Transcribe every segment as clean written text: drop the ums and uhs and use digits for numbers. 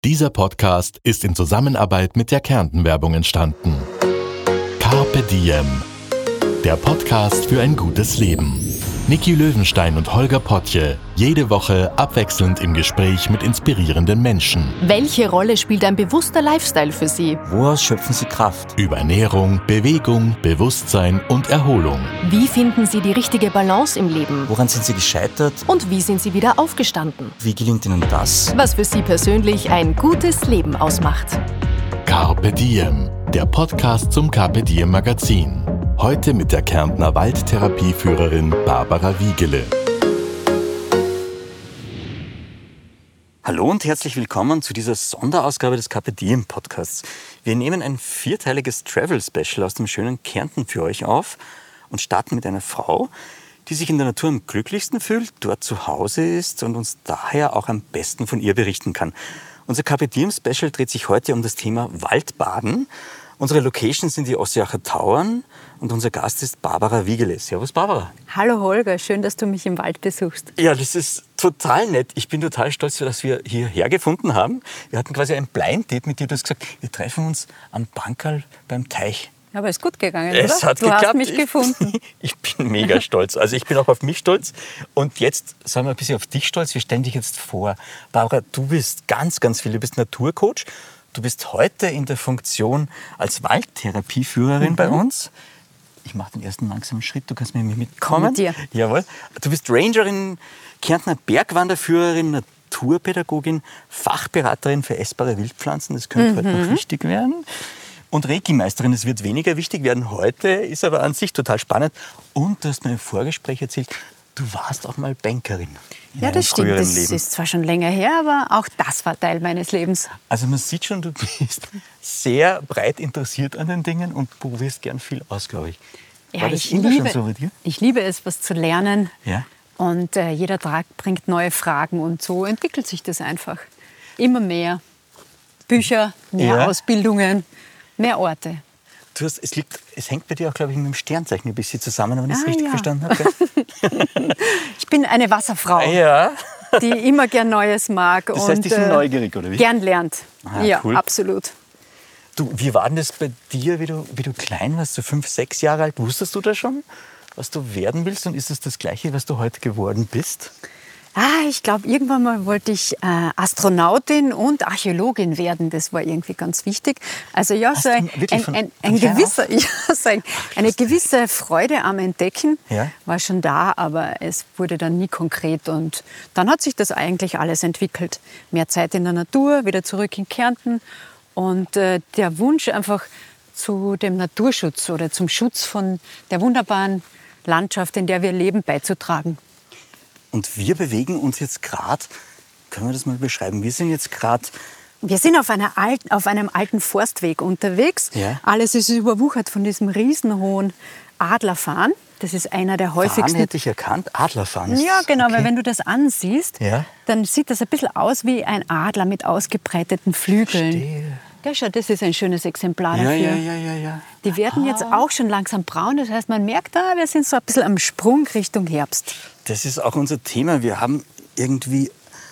Dieser Podcast ist in Zusammenarbeit mit der Kärnten-Werbung entstanden. Carpe Diem, der Podcast für ein gutes Leben. Niki Löwenstein und Holger Potje, jede Woche abwechselnd im Gespräch mit inspirierenden Menschen. Welche Rolle spielt ein bewusster Lifestyle für Sie? Woraus schöpfen Sie Kraft? Über Ernährung, Bewegung, Bewusstsein und Erholung. Wie finden Sie die richtige Balance im Leben? Woran sind Sie gescheitert? Und wie sind Sie wieder aufgestanden? Wie gelingt Ihnen das? Was für Sie persönlich ein gutes Leben ausmacht. Carpe Diem, der Podcast zum Carpe Diem Magazin. Heute mit der Kärntner Waldtherapieführerin Barbara Wiegele. Hallo und herzlich willkommen zu dieser Sonderausgabe des Carpe Diem Podcasts. Wir nehmen ein 4-teiliges Travel-Special aus dem schönen Kärnten für euch auf und starten mit einer Frau, die sich in der Natur am glücklichsten fühlt, dort zu Hause ist und uns daher auch am besten von ihr berichten kann. Unser Carpe Diem Special dreht sich heute um das Thema Waldbaden. Unsere Location sind die Ossiacher Tauern und unser Gast ist Barbara Wiegele. Servus Barbara. Hallo Holger, schön, dass du mich im Wald besuchst. Ja, das ist total nett. Ich bin total stolz, dass wir hierher gefunden haben. Wir hatten quasi ein Blind Date mit dir. Du hast gesagt, wir treffen uns am Bankerl beim Teich. Aber es ist gut gegangen, es oder? Hat du geklappt. Hast mich gefunden. Ich bin mega stolz. Also ich bin auch auf mich stolz. Und jetzt sagen wir ein bisschen auf dich stolz. Wir stellen dich jetzt vor. Barbara, du bist ganz viel. Du bist Naturcoach. Du bist heute in der Funktion als Waldtherapieführerin bei uns. Ich mache den ersten langsamen Schritt, du kannst mit mir mitkommen. Mit dir. Jawohl. Du bist Rangerin, Kärntner Bergwanderführerin, Naturpädagogin, Fachberaterin für essbare Wildpflanzen. Das könnte heute noch wichtig werden. Und Reiki-Meisterin, das wird weniger wichtig werden heute, ist aber an sich total spannend. Und du hast mir im Vorgespräch erzählt, du warst auch mal Bankerin. Ja, das stimmt. Das ist zwar schon länger her, aber auch das war Teil meines Lebens. Also man sieht schon, du bist sehr breit interessiert an den Dingen und probierst gern viel aus, glaube ich. Ja, war das immer schon so bei dir? Ich liebe es, was zu lernen. Ja. Und jeder Tag bringt neue Fragen und so entwickelt sich das einfach. Immer mehr Bücher, mehr Ausbildungen, mehr Orte. Es hängt bei dir auch, glaube ich, mit dem Sternzeichen ein bisschen zusammen, wenn ich es richtig verstanden habe. Ich bin eine Wasserfrau, die immer gern Neues mag. Das heißt, die sind neugierig, oder wie? Gern lernt. Ja, cool. Absolut. Du, wie war denn das bei dir, wie du klein warst, so 5, 6 Jahre alt? Wusstest du da schon, was du werden willst? Und ist es das Gleiche, was du heute geworden bist? Ich glaube, irgendwann mal wollte ich Astronautin und Archäologin werden. Das war irgendwie ganz wichtig. Also ja, so eine gewisse Freude am Entdecken war schon da, aber es wurde dann nie konkret. Und dann hat sich das eigentlich alles entwickelt. Mehr Zeit in der Natur, wieder zurück in Kärnten. Und der Wunsch einfach zu dem Naturschutz oder zum Schutz von der wunderbaren Landschaft, in der wir leben, beizutragen. Und wir bewegen uns jetzt gerade, können wir das mal beschreiben, wir sind auf einem alten Forstweg unterwegs. Ja. Alles ist überwuchert von diesem riesenhohen Adlerfarn. Das ist einer der häufigsten. Farn hätte ich erkannt, Adlerfarn. Ja, genau, weil wenn du das ansiehst, dann sieht das ein bisschen aus wie ein Adler mit ausgebreiteten Flügeln. Verstehe. Ja, schau, das ist ein schönes Exemplar dafür. Ja. Die werden jetzt auch schon langsam braun. Das heißt, man merkt, wir sind so ein bisschen am Sprung Richtung Herbst. Das ist auch unser Thema. Wir haben irgendwie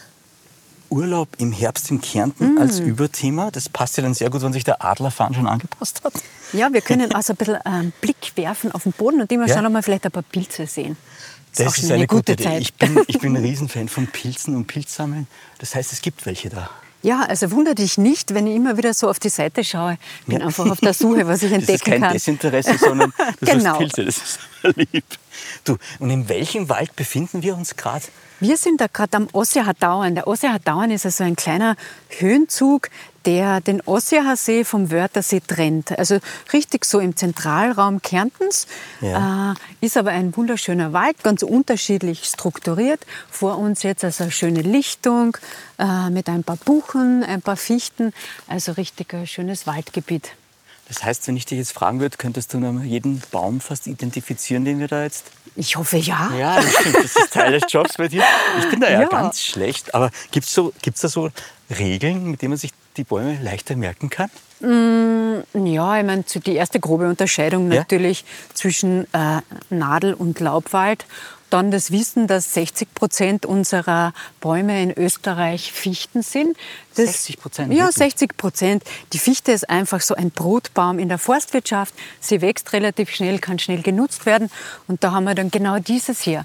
Urlaub im Herbst in Kärnten als Überthema. Das passt ja dann sehr gut, wenn sich der Adlerfarn schon angepasst hat. Ja, wir können also ein bisschen einen Blick werfen auf den Boden und immer schauen, ob wir vielleicht ein paar Pilze sehen. Das ist eine gute Zeit. Ich bin ein Riesenfan von Pilzen und Pilzsammeln. Das heißt, es gibt welche da. Ja, also wundere dich nicht, wenn ich immer wieder so auf die Seite schaue. Ich bin einfach auf der Suche, was ich entdecken kann. Das ist kein Desinteresse, sondern das ist Pilze. Das ist lieb. Du, und in welchem Wald befinden wir uns gerade? Wir sind da gerade am Ossiacher Tauern. Der Ossiacher Tauern ist also ein kleiner Höhenzug, der den Ossiacher See vom Wörthersee trennt. Also richtig so im Zentralraum Kärntens. Ja. Ist aber ein wunderschöner Wald, ganz unterschiedlich strukturiert. Vor uns jetzt also eine schöne Lichtung mit ein paar Buchen, ein paar Fichten. Also richtig ein schönes Waldgebiet. Das heißt, wenn ich dich jetzt fragen würde, könntest du jeden Baum fast identifizieren, den wir da jetzt... Ich hoffe, ja. Ja, das stimmt. Das ist Teil des Jobs bei dir. Ich bin da ja ganz schlecht. Aber gibt's da so Regeln, mit denen man sich die Bäume leichter merken kann? Ja, ich meine, die erste grobe Unterscheidung natürlich zwischen Nadel- und Laubwald. Dann das Wissen, dass 60% unserer Bäume in Österreich Fichten sind. 60%? Ja, 60%. Die Fichte ist einfach so ein Brutbaum in der Forstwirtschaft. Sie wächst relativ schnell, kann schnell genutzt werden. Und da haben wir dann genau dieses hier.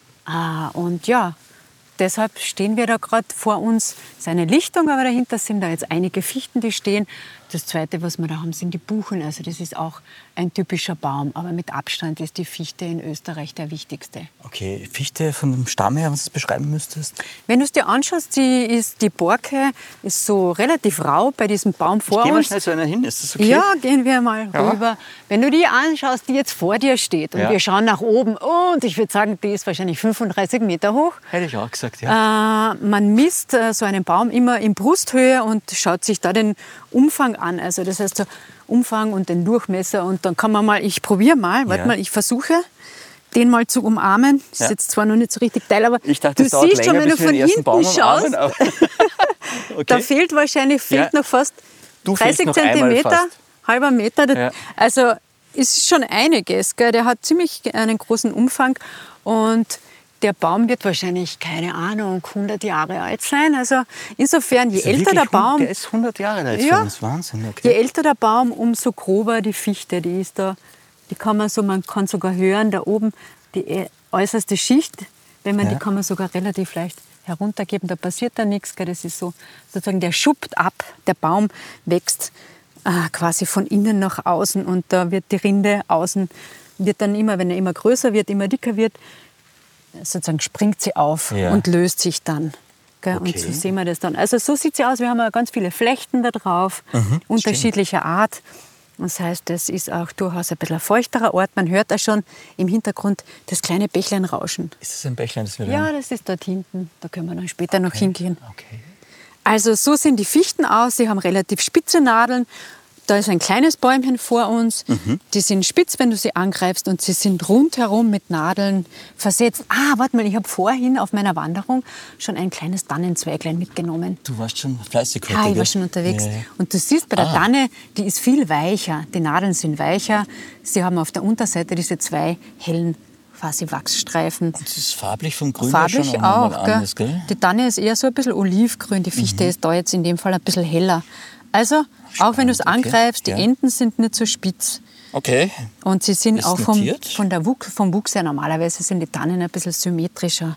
Und ja, deshalb stehen wir da gerade vor uns. Es ist eine Lichtung, aber dahinter sind da jetzt einige Fichten, die stehen. Das Zweite, was wir da haben, sind die Buchen. Also das ist auch ein typischer Baum. Aber mit Abstand ist die Fichte in Österreich der wichtigste. Okay, Fichte von dem Stamm her, was du beschreiben müsstest? Wenn du es dir anschaust, die Borke ist so relativ rau bei diesem Baum vor Gehen wir uns. schnell so einer hin, ist das okay? Ja, gehen wir mal rüber. Wenn du die anschaust, die jetzt vor dir steht und wir schauen nach oben und ich würde sagen, die ist wahrscheinlich 35 Meter hoch. Hätte ich auch gesagt, ja. Man misst so einen Baum immer in Brusthöhe und schaut sich da den Umfang an. Also das heißt so Umfang und den Durchmesser und dann kann man mal, ich probiere mal, warte mal, ich versuche den mal zu umarmen. Das ist jetzt zwar noch nicht so richtig teil, aber ich dachte, du siehst schon, wenn du von hinten schaust, okay. da fehlt noch fast 30 noch Zentimeter, halber Meter. Also ist schon einiges. Gell? Der hat ziemlich einen großen Umfang und der Baum wird wahrscheinlich, keine Ahnung, 100 Jahre alt sein. Also insofern, je älter der Baum... Der ist 100 Jahre alt, das ist Wahnsinn. Okay. Je älter der Baum, umso grober die Fichte. Die ist da, die kann man so, man kann sogar hören, da oben die äußerste Schicht, wenn man die kann man sogar relativ leicht heruntergeben, da passiert dann nichts. Gell? Das ist so, sozusagen, der schuppt ab, der Baum wächst quasi von innen nach außen und da wird die Rinde außen, wird dann immer, wenn er immer größer wird, immer dicker wird, sozusagen springt sie auf und löst sich dann. Gell? Und so sehen wir das dann. Also so sieht sie aus. Wir haben ja ganz viele Flechten da drauf, unterschiedlicher Art. Das heißt, das ist auch durchaus ein bisschen ein feuchterer Ort. Man hört da schon im Hintergrund das kleine Bächlein rauschen. Ist das ein Bächlein, das wir da Ja, das ist dort hinten. Da können wir dann später noch hingehen. Okay. Also so sehen die Fichten aus. Sie haben relativ spitze Nadeln. Da ist ein kleines Bäumchen vor uns. Die sind spitz, wenn du sie angreifst und sie sind rundherum mit Nadeln versetzt. Warte mal, ich habe vorhin auf meiner Wanderung schon ein kleines Tannenzweiglein mitgenommen. Du warst schon fleißig heute, Ja, ich war schon unterwegs. Ja. Und du siehst bei der Tanne, die ist viel weicher. Die Nadeln sind weicher. Sie haben auf der Unterseite diese zwei hellen quasi Wachsstreifen. Das ist farblich vom Grün Farblich schon auch. anders, gell? Die Tanne ist eher so ein bisschen olivgrün. Die Fichte ist da jetzt in dem Fall ein bisschen heller. Also, auch wenn du es angreifst, die Enden sind nicht so spitz. Okay. Und sie sind Ist auch notiert. vom Wuchs her, normalerweise sind die Tannen ein bisschen symmetrischer.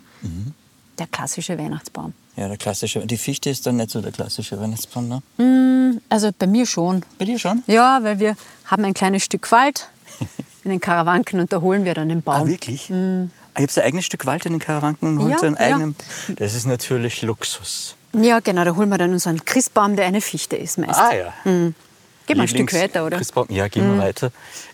Der klassische Weihnachtsbaum. Ja, der klassische. Die Fichte ist dann nicht so der klassische Weihnachtsbaum, ne? Also bei mir schon. Bei dir schon? Ja, weil wir haben ein kleines Stück Wald in den Karawanken und da holen wir dann den Baum. Wirklich? Ihr habt ein eigenes Stück Wald in den Karawanken und holt einen eigenen... Das ist natürlich Luxus. Ja, genau, da holen wir dann unseren Christbaum, der eine Fichte ist meist. Ja. Gehen wir ein Stück weiter, oder? Christbaum. Ja, gehen wir weiter.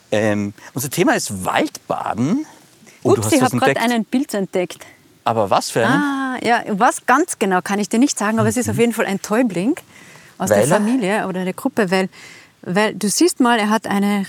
Unser Thema ist Waldbaden. Oh, Ups, ich habe gerade einen Pilz entdeckt. Aber was für einen? Ja, was ganz genau kann ich dir nicht sagen, aber es ist auf jeden Fall ein Täubling aus der Familie oder der Gruppe, weil du siehst mal, er hat eine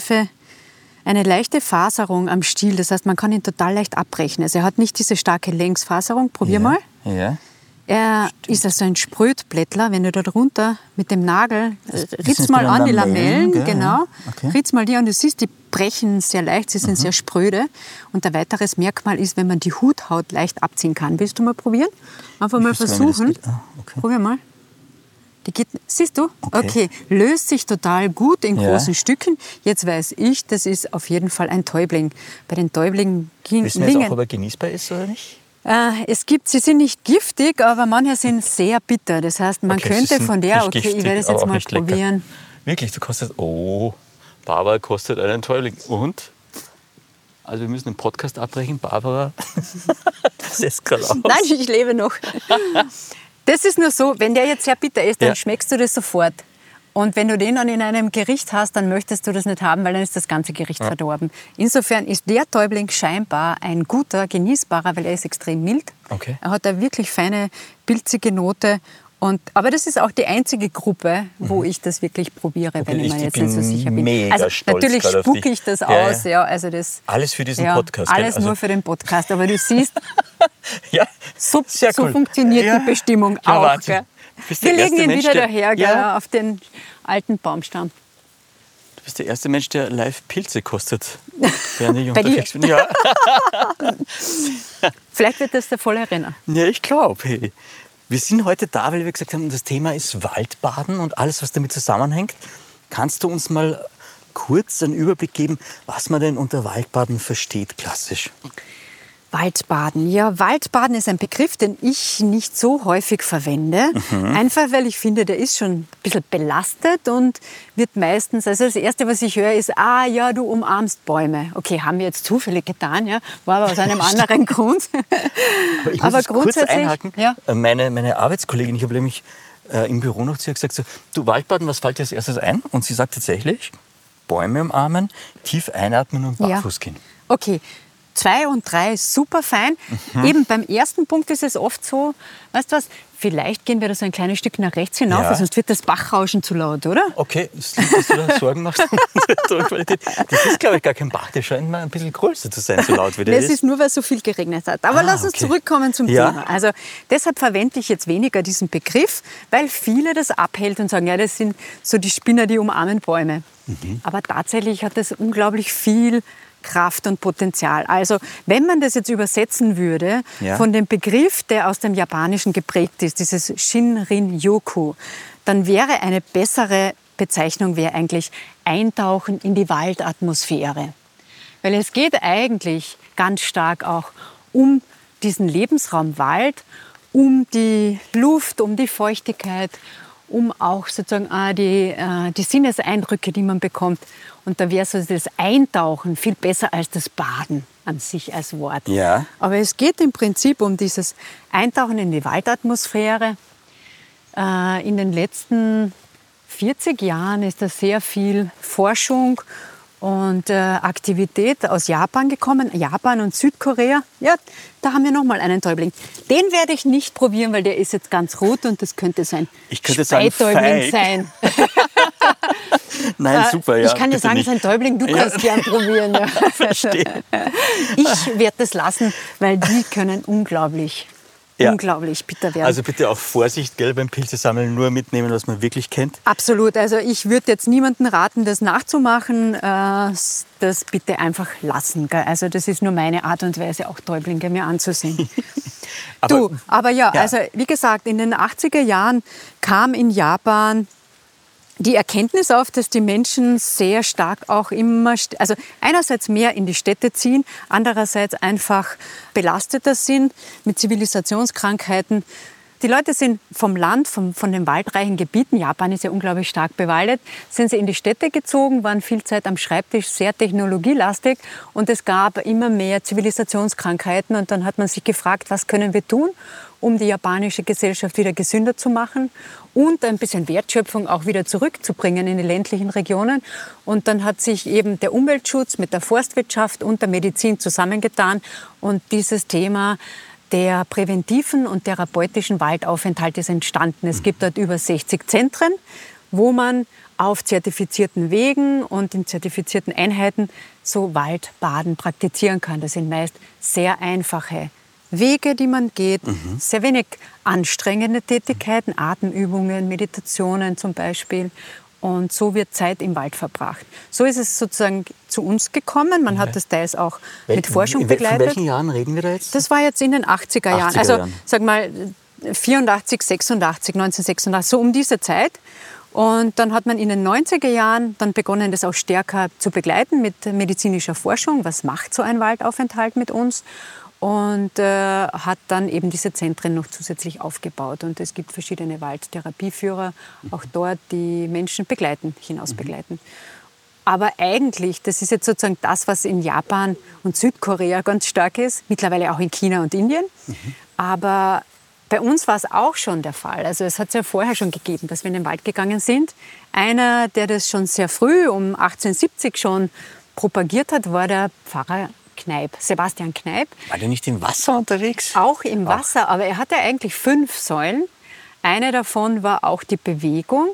leichte Faserung am Stiel. Das heißt, man kann ihn total leicht abbrechen. Also er hat nicht diese starke Längsfaserung. Probier mal. Ja. Er ist also ein Sprötblättler. Wenn du da drunter mit dem Nagel ritzt mal an die Lamellen, genau. Okay. Ritzt mal die und du siehst, die brechen sehr leicht, sie sind sehr spröde. Und ein weiteres Merkmal ist, wenn man die Huthaut leicht abziehen kann. Willst du mal probieren? Einfach mal versuchen. Probier mal. Die geht, siehst du? Okay. Löst sich total gut in großen Stücken. Jetzt weiß ich, das ist auf jeden Fall ein Täubling. Bei den Täublingen Wissen wir jetzt auch, ob er genießbar ist oder nicht? Sie sind nicht giftig, aber manche sind sehr bitter. Das heißt, man könnte von der, ich werde es jetzt mal probieren. Lecker. Wirklich, du kostest, Barbara kostet einen Täubling. Und? Also wir müssen den Podcast abbrechen, Barbara. Das ist gerade aus. Nein, ich lebe noch. Das ist nur so, wenn der jetzt sehr bitter ist, dann schmeckst du das sofort. Und wenn du den dann in einem Gericht hast, dann möchtest du das nicht haben, weil dann ist das ganze Gericht verdorben. Insofern ist der Täubling scheinbar ein guter, genießbarer, weil er ist extrem mild. Okay. Er hat eine wirklich feine, pilzige Note. Aber das ist auch die einzige Gruppe, wo ich das wirklich probiere, wenn ich mir jetzt nicht so sicher bin. Mega stolz natürlich spucke ich das aus. Ja, also das, alles für diesen Podcast. Alles nur für den Podcast. Aber du siehst, so cool. funktioniert die Bestimmung auch. Gell? Wir legen ihn wieder Mensch, daher, auf den alten Baumstamm. Du bist der erste Mensch, der live Pilze kostet, während ich Bei dir? unterwegs bin. Ja. Vielleicht wird das der volle Renner. Ja, ich glaube. Hey. Wir sind heute da, weil wir gesagt haben, das Thema ist Waldbaden und alles, was damit zusammenhängt. Kannst du uns mal kurz einen Überblick geben, was man denn unter Waldbaden versteht, klassisch? Waldbaden. Ja, Waldbaden ist ein Begriff, den ich nicht so häufig verwende. Einfach, weil ich finde, der ist schon ein bisschen belastet und wird meistens, also das Erste, was ich höre, ist, ja, du umarmst Bäume. Okay, haben wir jetzt zufällig getan, ja, war aber aus einem anderen Grund. Aber ich muss jetzt kurz einhaken. Ja. Meine Arbeitskollegin, ich habe nämlich im Büro noch zu ihr gesagt, so, du Waldbaden, was fällt dir als erstes ein? Und sie sagt tatsächlich, Bäume umarmen, tief einatmen und barfuß gehen. Okay. 2 und 3 super fein. Eben beim ersten Punkt ist es oft so, weißt du was, vielleicht gehen wir da so ein kleines Stück nach rechts hinauf, weil sonst wird das Bachrauschen zu laut, oder? Okay, das liegt, dass du da Sorgen machst. Das ist, glaube ich, gar kein Bach, der scheint mal ein bisschen größer zu sein, so laut wie der ist. Das ist nur, weil es so viel geregnet hat. Aber lass uns zurückkommen zum Thema. Also deshalb verwende ich jetzt weniger diesen Begriff, weil viele das abhält und sagen, ja, das sind so die Spinner, die umarmen Bäume. Aber tatsächlich hat das unglaublich viel Kraft und Potenzial. Also wenn man das jetzt übersetzen würde von dem Begriff, der aus dem Japanischen geprägt ist, dieses Shinrin-yoku, dann wäre eine bessere Bezeichnung eigentlich Eintauchen in die Waldatmosphäre. Weil es geht eigentlich ganz stark auch um diesen Lebensraum Wald, um die Luft, um die Feuchtigkeit, um auch sozusagen die Sinneseindrücke, die man bekommt. Und da wäre so das Eintauchen viel besser als das Baden an sich als Wort. Ja. Aber es geht im Prinzip um dieses Eintauchen in die Waldatmosphäre. In den letzten 40 Jahren ist da sehr viel Forschung und Aktivität aus Japan gekommen. Japan und Südkorea. Ja, da haben wir noch mal einen Täubling. Den werde ich nicht probieren, weil der ist jetzt ganz rot und das könnte sein Speitäubling sein. Nein, super, ja. Ich kann dir sagen, es ist ein Täubling, du kannst gern probieren. Ja. Verstehe. Ich werde das lassen, weil die können unglaublich bitter werden. Also bitte auch Vorsicht, gell, beim Pilzesammeln, nur mitnehmen, was man wirklich kennt. Absolut. Also ich würde jetzt niemandem raten, das nachzumachen. Das bitte einfach lassen. Gell? Also das ist nur meine Art und Weise, auch Täublinge mir anzusehen. Aber ja, also wie gesagt, in den 80er Jahren kam in Japan die Erkenntnis auf, dass die Menschen sehr stark auch immer, also einerseits mehr in die Städte ziehen, andererseits einfach belasteter sind mit Zivilisationskrankheiten. Die Leute sind vom Land, von den waldreichen Gebieten, Japan ist ja unglaublich stark bewaldet, sind sie in die Städte gezogen, waren viel Zeit am Schreibtisch, sehr technologielastig und es gab immer mehr Zivilisationskrankheiten und dann hat man sich gefragt, was können wir tun, um die japanische Gesellschaft wieder gesünder zu machen und ein bisschen Wertschöpfung auch wieder zurückzubringen in die ländlichen Regionen. Und dann hat sich eben der Umweltschutz mit der Forstwirtschaft und der Medizin zusammengetan und dieses Thema der präventiven und therapeutischen Waldaufenthalt ist entstanden. Es gibt dort über 60 Zentren, wo man auf zertifizierten Wegen und in zertifizierten Einheiten so Waldbaden praktizieren kann. Das sind meist sehr einfache Wege, die man geht, sehr wenig anstrengende Tätigkeiten, Atemübungen, Meditationen zum Beispiel. Und so wird Zeit im Wald verbracht. So ist es sozusagen zu uns gekommen. Man hat das teils auch mit Forschung begleitet. Von welchen Jahren reden wir da jetzt? Das war jetzt in den 80er Jahren. Also sag mal 84, 86, 1986, so um diese Zeit. Und dann hat man in den 90er Jahren dann begonnen, das auch stärker zu begleiten mit medizinischer Forschung. Was macht so ein Waldaufenthalt mit uns? Und hat dann eben diese Zentren noch zusätzlich aufgebaut. Und es gibt verschiedene Waldtherapieführer, auch dort, die Menschen begleiten, hinausbegleiten. Aber eigentlich, das ist jetzt sozusagen das, was in Japan und Südkorea ganz stark ist, mittlerweile auch in China und Indien. Aber bei uns war es auch schon der Fall. Also es hat es ja vorher schon gegeben, dass wir in den Wald gegangen sind. Einer, der das schon sehr früh, um 1870 schon propagiert hat, war der Pfarrer Kneipp, Sebastian Kneipp. War der nicht im Wasser unterwegs? Auch im Wasser, aber er hatte eigentlich 5 Säulen. Eine davon war auch die Bewegung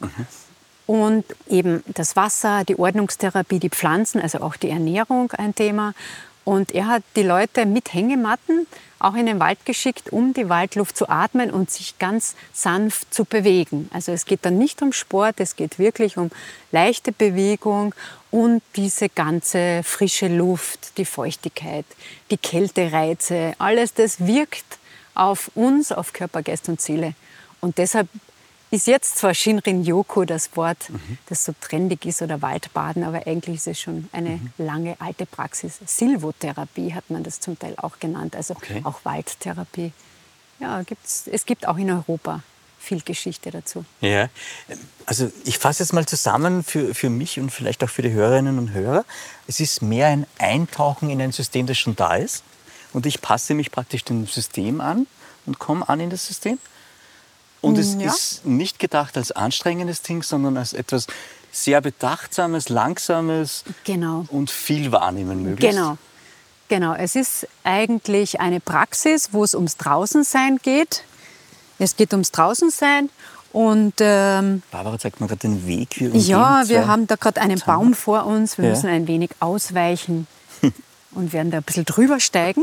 und eben das Wasser, die Ordnungstherapie, die Pflanzen, also auch die Ernährung ein Thema. Und er hat die Leute mit Hängematten auch in den Wald geschickt, um die Waldluft zu atmen und sich ganz sanft zu bewegen. Also es geht dann nicht um Sport, es geht wirklich um leichte Bewegung und diese ganze frische Luft, die Feuchtigkeit, die Kältereize, alles das wirkt auf uns, auf Körper, Geist und Seele. Und deshalb ist jetzt zwar Shinrin-yoku das Wort, das so trendig ist, oder Waldbaden, aber eigentlich ist es schon eine lange alte Praxis. Silvotherapie hat man das zum Teil auch genannt, also auch Waldtherapie. Ja, es gibt auch in Europa viel Geschichte dazu. Ja, also ich fasse jetzt mal zusammen für mich und vielleicht auch für die Hörerinnen und Hörer. Es ist mehr ein Eintauchen in ein System, das schon da ist. Und ich passe mich praktisch dem System an und komme an in das System. Und es ist nicht gedacht als anstrengendes Ding, sondern als etwas sehr Bedachtsames, Langsames und viel wahrnehmen möglich. Genau. Es ist eigentlich eine Praxis, wo es ums Draußensein geht. Es geht ums Draußensein. Und, Barbara zeigt mir gerade den Weg. Wir haben da gerade einen Baum vor uns. Wir müssen ein wenig ausweichen und werden da ein bisschen drüber steigen.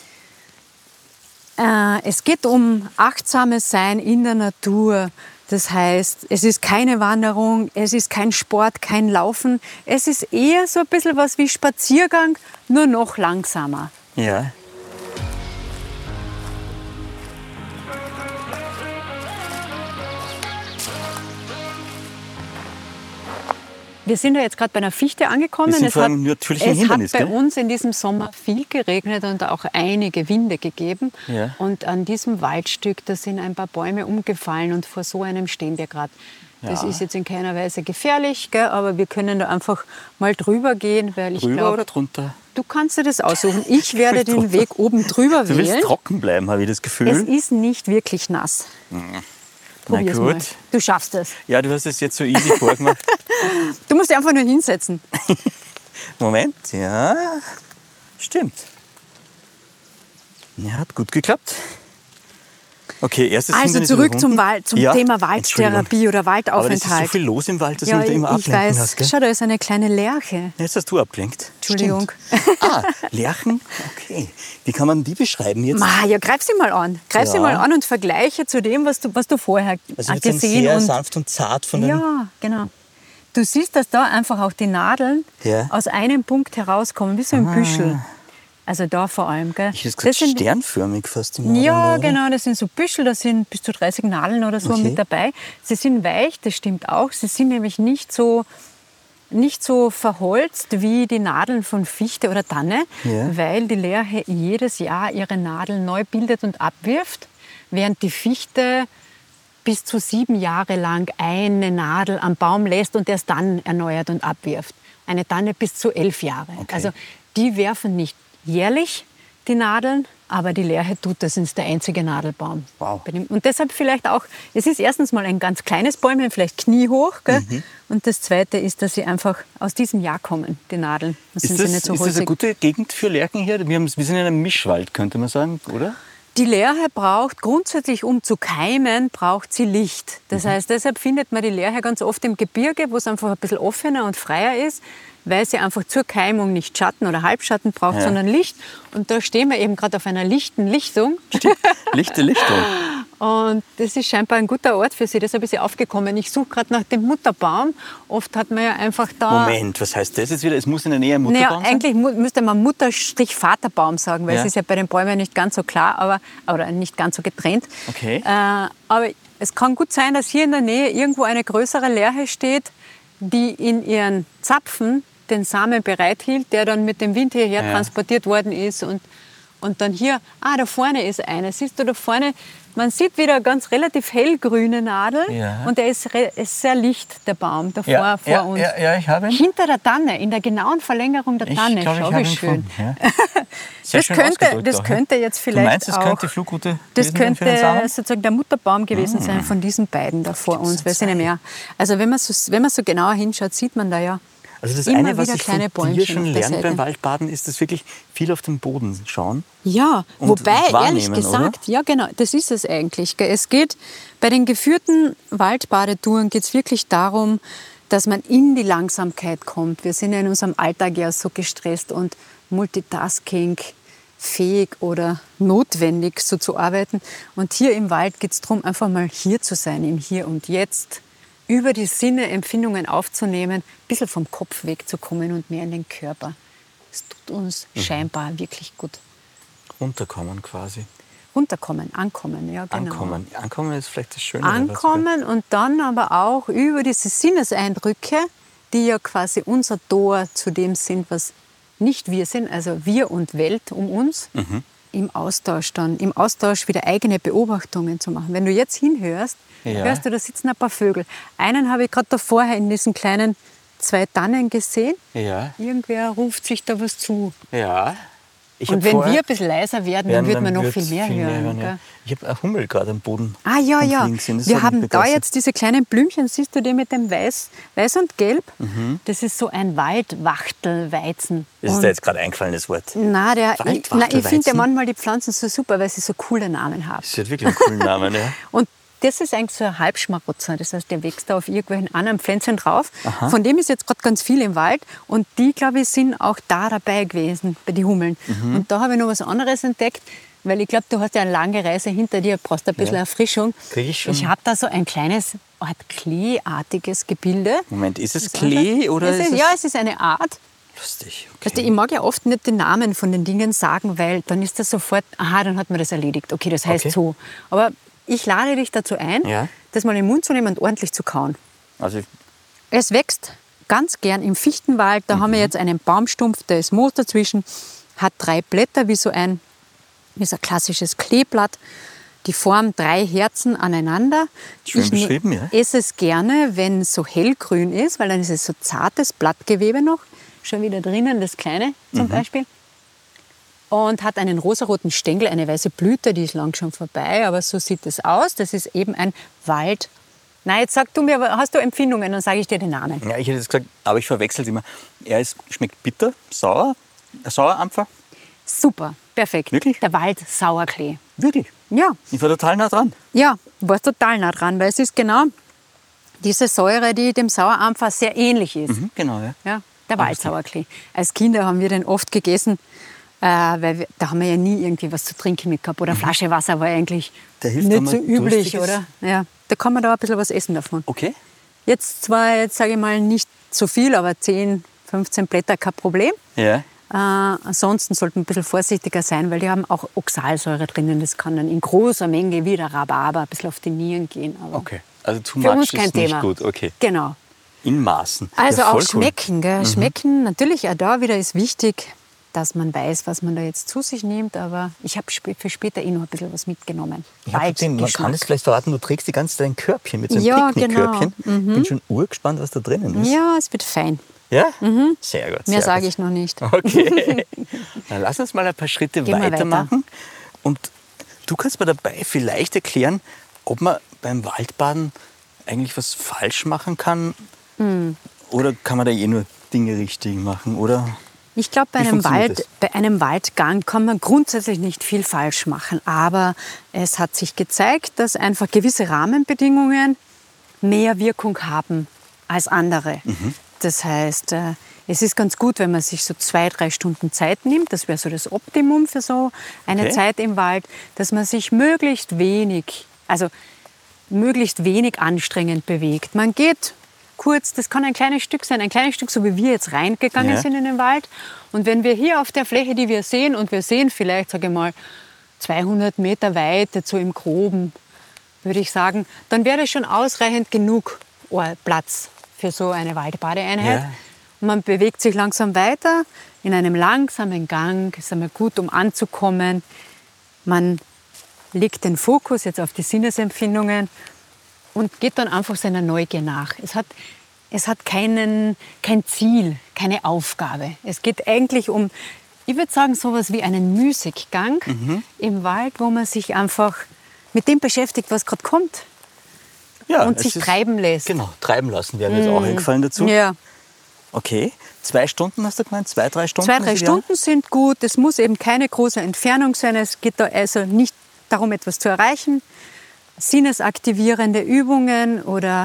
Es geht um achtsames Sein in der Natur. Das heißt, es ist keine Wanderung, es ist kein Sport, kein Laufen. Es ist eher so ein bisschen was wie Spaziergang, nur noch langsamer. Ja. Wir sind ja jetzt gerade bei einer Fichte angekommen. Es hat bei uns in diesem Sommer viel geregnet und auch einige Winde gegeben. Ja. Und an diesem Waldstück, da sind ein paar Bäume umgefallen und vor so einem stehen wir gerade. Das ist jetzt in keiner Weise gefährlich, gell, aber wir können da einfach mal drüber gehen, weil ich glaube... Drüber oder drunter? Du kannst dir das aussuchen. Ich werde den Weg oben drüber wählen. Du willst trocken bleiben, habe ich das Gefühl. Es ist nicht wirklich nass. Probier's Na gut. mal. Du schaffst es. Ja, du hast es jetzt so easy vorgemacht. Du musst dich einfach nur hinsetzen. Moment, ja, stimmt. Ja, hat gut geklappt. Okay, erstes Also Hindernis zurück zum Ja, Thema Waldtherapie oder Aber das ist Waldaufenthalt. so viel los im Wald, dass Ja, du da immer ich ablenken weiß. hast, gell? Schau, da ist eine kleine Lerche. Jetzt hast du abgelenkt. Entschuldigung. Stimmt. Lerchen? Okay. Wie kann man die beschreiben jetzt? Ja, greif sie mal an. Greif sie mal an und vergleiche zu dem, was du vorher Also wird gesehen sehr und sanft und zart von den... ja, genau. Du siehst, dass da einfach auch die Nadeln aus einem Punkt herauskommen, wie so ein Büschel. Also da vor allem, gell? Ich hätte gesagt, sternförmig fast. Ja, genau, das sind so Büschel, da sind bis zu 30 Nadeln oder so mit dabei. Sie sind weich, das stimmt auch. Sie sind nämlich nicht so verholzt wie die Nadeln von Fichte oder Tanne, weil die Lerche jedes Jahr ihre Nadeln neu bildet und abwirft, während die Fichte bis zu 7 Jahre lang eine Nadel am Baum lässt und erst dann erneuert und abwirft. Eine Tanne bis zu 11 Jahre. Okay. Also die werfen nicht jährlich die Nadeln, aber die Lerche tut das, ist der einzige Nadelbaum. Wow. Und deshalb vielleicht auch, es ist erstens mal ein ganz kleines Bäumchen, vielleicht kniehoch, gell? Und das Zweite ist, dass sie einfach aus diesem Jahr kommen, die Nadeln. Ist das eine gute Gegend für Lerchen hier? Wir sind in einem Mischwald, könnte man sagen, oder? Die Lerche braucht grundsätzlich, um zu keimen, braucht sie Licht. Das heißt, deshalb findet man die Lerche ganz oft im Gebirge, wo es einfach ein bisschen offener und freier ist, weil sie einfach zur Keimung nicht Schatten oder Halbschatten braucht, sondern Licht. Und da stehen wir eben gerade auf einer lichten Lichtung. Lichte Lichtung. Und das ist scheinbar ein gutter Ort für sie. Deshalb ist sie aufgekommen. Ich suche gerade nach dem Mutterbaum. Oft hat man ja einfach da... Moment, was heißt das jetzt wieder? Es muss in der Nähe ein Mutterbaum sein? Eigentlich müsste man Mutter-Vaterbaum sagen, weil es ist ja bei den Bäumen nicht ganz so klar, oder nicht ganz so getrennt. Okay. Aber es kann gut sein, dass hier in der Nähe irgendwo eine größere Lerche steht, die in ihren Zapfen den Samen bereithielt, der dann mit dem Wind hierher transportiert worden ist. Und dann hier, da vorne ist eine. Siehst du da vorne, man sieht wieder ganz relativ hellgrüne Nadeln. Ja. Und der ist sehr licht, der Baum, davor vor uns. Ja, ich habe ihn. Hinter der Tanne, in der genauen Verlängerung der Tanne. Schau, wie schön. Ja. Das könnte jetzt vielleicht du meinst, das auch... könnte die Flugroute Das könnte sozusagen der Mutterbaum gewesen sein von diesen beiden da vor uns. Wir sind ja mehr. Also wenn man so genauer hinschaut, sieht man da ja also das immer eine, was wieder ich kleine von dir Bäumchen schon auf der lerne Seite. beim Waldbaden, ist das wirklich viel auf den Boden schauen. Ja, und wobei, ehrlich wahrnehmen, gesagt, oder? ja genau, das ist es eigentlich. Es geht, bei den geführten Waldbadetouren geht es wirklich darum, dass man in die Langsamkeit kommt. Wir sind ja in unserem Alltag ja so gestresst und multitaskingfähig oder notwendig, so zu arbeiten. Und hier im Wald geht es darum, einfach mal hier zu sein, im Hier und Jetzt, über die Sinne Empfindungen aufzunehmen, ein bisschen vom Kopf wegzukommen und mehr in den Körper. Das tut uns scheinbar wirklich gut. Runterkommen quasi. Runterkommen, ankommen, ja genau. Ankommen ist vielleicht das Schöne. Ankommen und dann aber auch über diese Sinneseindrücke, die ja quasi unser Tor zu dem sind, was nicht wir sind, also wir und Welt um uns, im Austausch wieder eigene Beobachtungen zu machen. Wenn du jetzt hinhörst, hörst du, da sitzen ein paar Vögel. Einen habe ich gerade da vorher in diesen kleinen 2 Tannen gesehen. Ja. Irgendwer ruft sich da was zu. Ja. Und wenn wir ein bisschen leiser werden, dann wird man noch viel mehr hören. Ja. Ich habe einen Hummel gerade am Boden. Ah, ja. Wir haben da jetzt diese kleinen Blümchen, siehst du die mit dem Weiß und Gelb? Das ist so ein Waldwachtelweizen. Ist dir jetzt gerade eingefallen, das Wort? Ich finde ja manchmal die Pflanzen so super, weil sie so coole Namen haben. Das hat wirklich einen coolen Namen, ja. Und das ist eigentlich so ein Halbschmarotzer. Das heißt, der wächst da auf irgendwelchen anderen Pflänzchen drauf. Aha. Von dem ist jetzt gerade ganz viel im Wald. Und die, glaube ich, sind auch da dabei gewesen, bei den Hummeln. Und da habe ich noch was anderes entdeckt, weil ich glaube, du hast ja eine lange Reise hinter dir, brauchst ein bisschen Erfrischung. Krieg ich schon. Ich habe da so ein kleines, Art Kleeartiges Gebilde. Moment, ist es Klee oder ist es... Ja, es ist eine Art. Lustig, okay. Also ich mag ja oft nicht den Namen von den Dingen sagen, weil dann ist das sofort, aha, dann hat man das erledigt. Okay, das heißt so. Aber ich lade dich dazu ein, das mal in den Mund zu nehmen und ordentlich zu kauen. Also es wächst ganz gern im Fichtenwald. Da haben wir jetzt einen Baumstumpf, da ist Moos dazwischen, hat 3 Blätter wie so ein klassisches Kleeblatt. Die Form 3 Herzen aneinander. Schön beschrieben, ja. Ich esse es gerne, wenn es so hellgrün ist, weil dann ist es so zartes Blattgewebe noch. Schon wieder drinnen, das kleine zum Beispiel. Und hat einen rosaroten Stängel, eine weiße Blüte, die ist lang schon vorbei, aber so sieht es aus. Das ist eben ein Wald. Nein, jetzt sag du mir, hast du Empfindungen, dann sage ich dir den Namen. Ja, ich hätte jetzt gesagt, aber ich verwechsel es immer. Schmeckt bitter, sauer, ein Sauerampfer. Super, perfekt. Wirklich? Der Wald Sauerklee. Wirklich? Ja. Ich war total nah dran. Ja, du warst total nah dran, weil es ist genau diese Säure, die dem Sauerampfer sehr ähnlich ist. Genau, ja. Der Waldsauerklee. Als Kinder haben wir den oft gegessen, weil da haben wir ja nie irgendwie was zu trinken mit gehabt. Oder Flasche Wasser war eigentlich nicht so üblich, oder? Ja, da kann man da ein bisschen was essen davon. Okay. Jetzt zwar, sage ich mal, nicht so viel, aber 10, 15 Blätter kein Problem. Ja. Ansonsten sollte man ein bisschen vorsichtiger sein, weil die haben auch Oxalsäure drinnen. Das kann dann in großer Menge wie der Rhabarber ein bisschen auf die Nieren gehen. Aber okay, also too für much uns kein ist Thema. Nicht gut. Okay. Genau. In Maßen. Also ja, auch cool. schmecken. Gell? Schmecken, natürlich auch da wieder ist wichtig, dass man weiß, was man da jetzt zu sich nimmt. Aber ich habe für später noch ein bisschen was mitgenommen. Man kann es vielleicht verraten, du trägst die ganze Zeit ein Körbchen mit so einem Picknickkörbchen. Genau. Bin schon urgespannt, was da drinnen ist. Ja, es wird fein. Ja? Sehr gut. Mehr sage ich noch nicht. Okay. Dann lass uns mal ein paar Schritte weitermachen. Und du kannst mir dabei vielleicht erklären, ob man beim Waldbaden eigentlich was falsch machen kann. Oder kann man da nur Dinge richtig machen? Oder? Ich glaube, bei einem Waldgang kann man grundsätzlich nicht viel falsch machen. Aber es hat sich gezeigt, dass einfach gewisse Rahmenbedingungen mehr Wirkung haben als andere. Das heißt, es ist ganz gut, wenn man sich so 2-3 Stunden Zeit nimmt. Das wäre so das Optimum für so eine Zeit im Wald, dass man sich möglichst wenig anstrengend bewegt. Man geht kurz, das kann ein kleines Stück sein, so wie wir jetzt reingegangen sind in den Wald. Und wenn wir hier auf der Fläche, die wir sehen, und wir sehen vielleicht, sage ich mal, 200 Meter Weite, so im Groben, würde ich sagen, dann wäre das schon ausreichend genug Platz für so eine Waldbadeeinheit. Ja. Und man bewegt sich langsam weiter in einem langsamen Gang. Ist einmal gut, um anzukommen. Man legt den Fokus jetzt auf die Sinnesempfindungen und geht dann einfach seiner Neugier nach. Es hat kein Ziel, keine Aufgabe. Es geht eigentlich um, ich würde sagen, sowas wie einen Müßiggang im Wald, wo man sich einfach mit dem beschäftigt, was gerade kommt. Ja, und sich treiben lässt. Genau, treiben lassen wäre mir jetzt auch eingefallen dazu. Ja. Okay, 2 Stunden hast du gemeint? 2-3 Stunden? 2-3 Stunden sind gut. Es muss eben keine große Entfernung sein. Es geht da also nicht darum, etwas zu erreichen. Sinnesaktivierende Übungen oder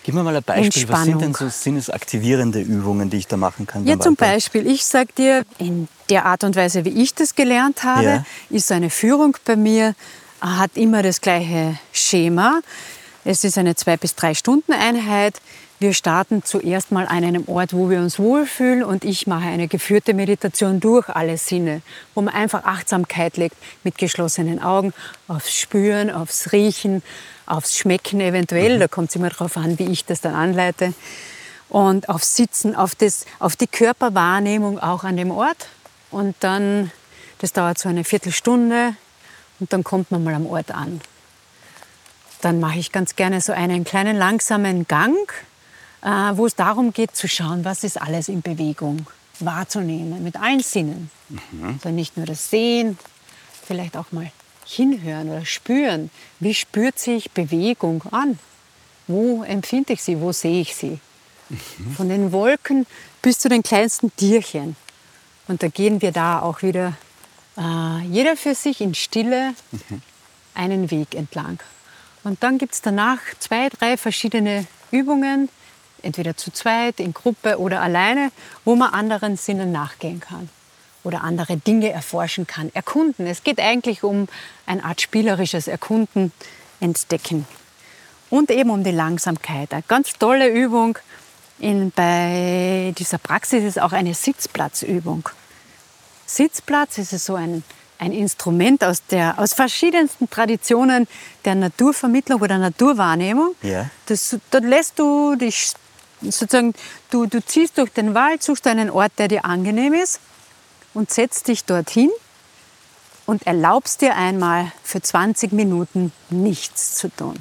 Gib mir mal ein Beispiel, was sind denn Entspannung. so sinnesaktivierende Übungen, die ich da machen kann? Ja, beim zum Waldbaden? Beispiel, ich sage dir, in der Art und Weise, wie ich das gelernt habe, Ja. ist so eine Führung bei mir, hat immer das gleiche Schema. Es ist eine 2 bis 3 Stunden Einheit. Wir starten zuerst mal an einem Ort, wo wir uns wohlfühlen, und ich mache eine geführte Meditation durch alle Sinne, wo man einfach Achtsamkeit legt mit geschlossenen Augen aufs Spüren, aufs Riechen, aufs Schmecken eventuell. Da kommt es immer darauf an, wie ich das dann anleite. Und aufs Sitzen, auf die Körperwahrnehmung auch an dem Ort. Und dann, das dauert so eine Viertelstunde, und dann kommt man mal am Ort an. Dann mache ich ganz gerne so einen kleinen langsamen Gang, wo es darum geht zu schauen, was ist alles in Bewegung, wahrzunehmen mit allen Sinnen. Also nicht nur das Sehen, vielleicht auch mal hinhören oder spüren. Wie spürt sich Bewegung an? Wo empfinde ich sie? Wo sehe ich sie? Von den Wolken bis zu den kleinsten Tierchen. Und da gehen wir da auch wieder jeder für sich in Stille einen Weg entlang. Und dann gibt es danach 2, 3 verschiedene Übungen, entweder zu zweit, in Gruppe oder alleine, wo man anderen Sinnen nachgehen kann oder andere Dinge erforschen kann, erkunden. Es geht eigentlich um eine Art spielerisches Erkunden, Entdecken. Und eben um die Langsamkeit. Eine ganz tolle Übung bei dieser Praxis ist auch eine Sitzplatzübung. Sitzplatz ist so ein Instrument aus verschiedensten Traditionen der Naturvermittlung oder Naturwahrnehmung. Ja. Dort lässt du dich sozusagen, du ziehst durch den Wald, suchst einen Ort, der dir angenehm ist, und setzt dich dorthin und erlaubst dir einmal für 20 Minuten nichts zu tun.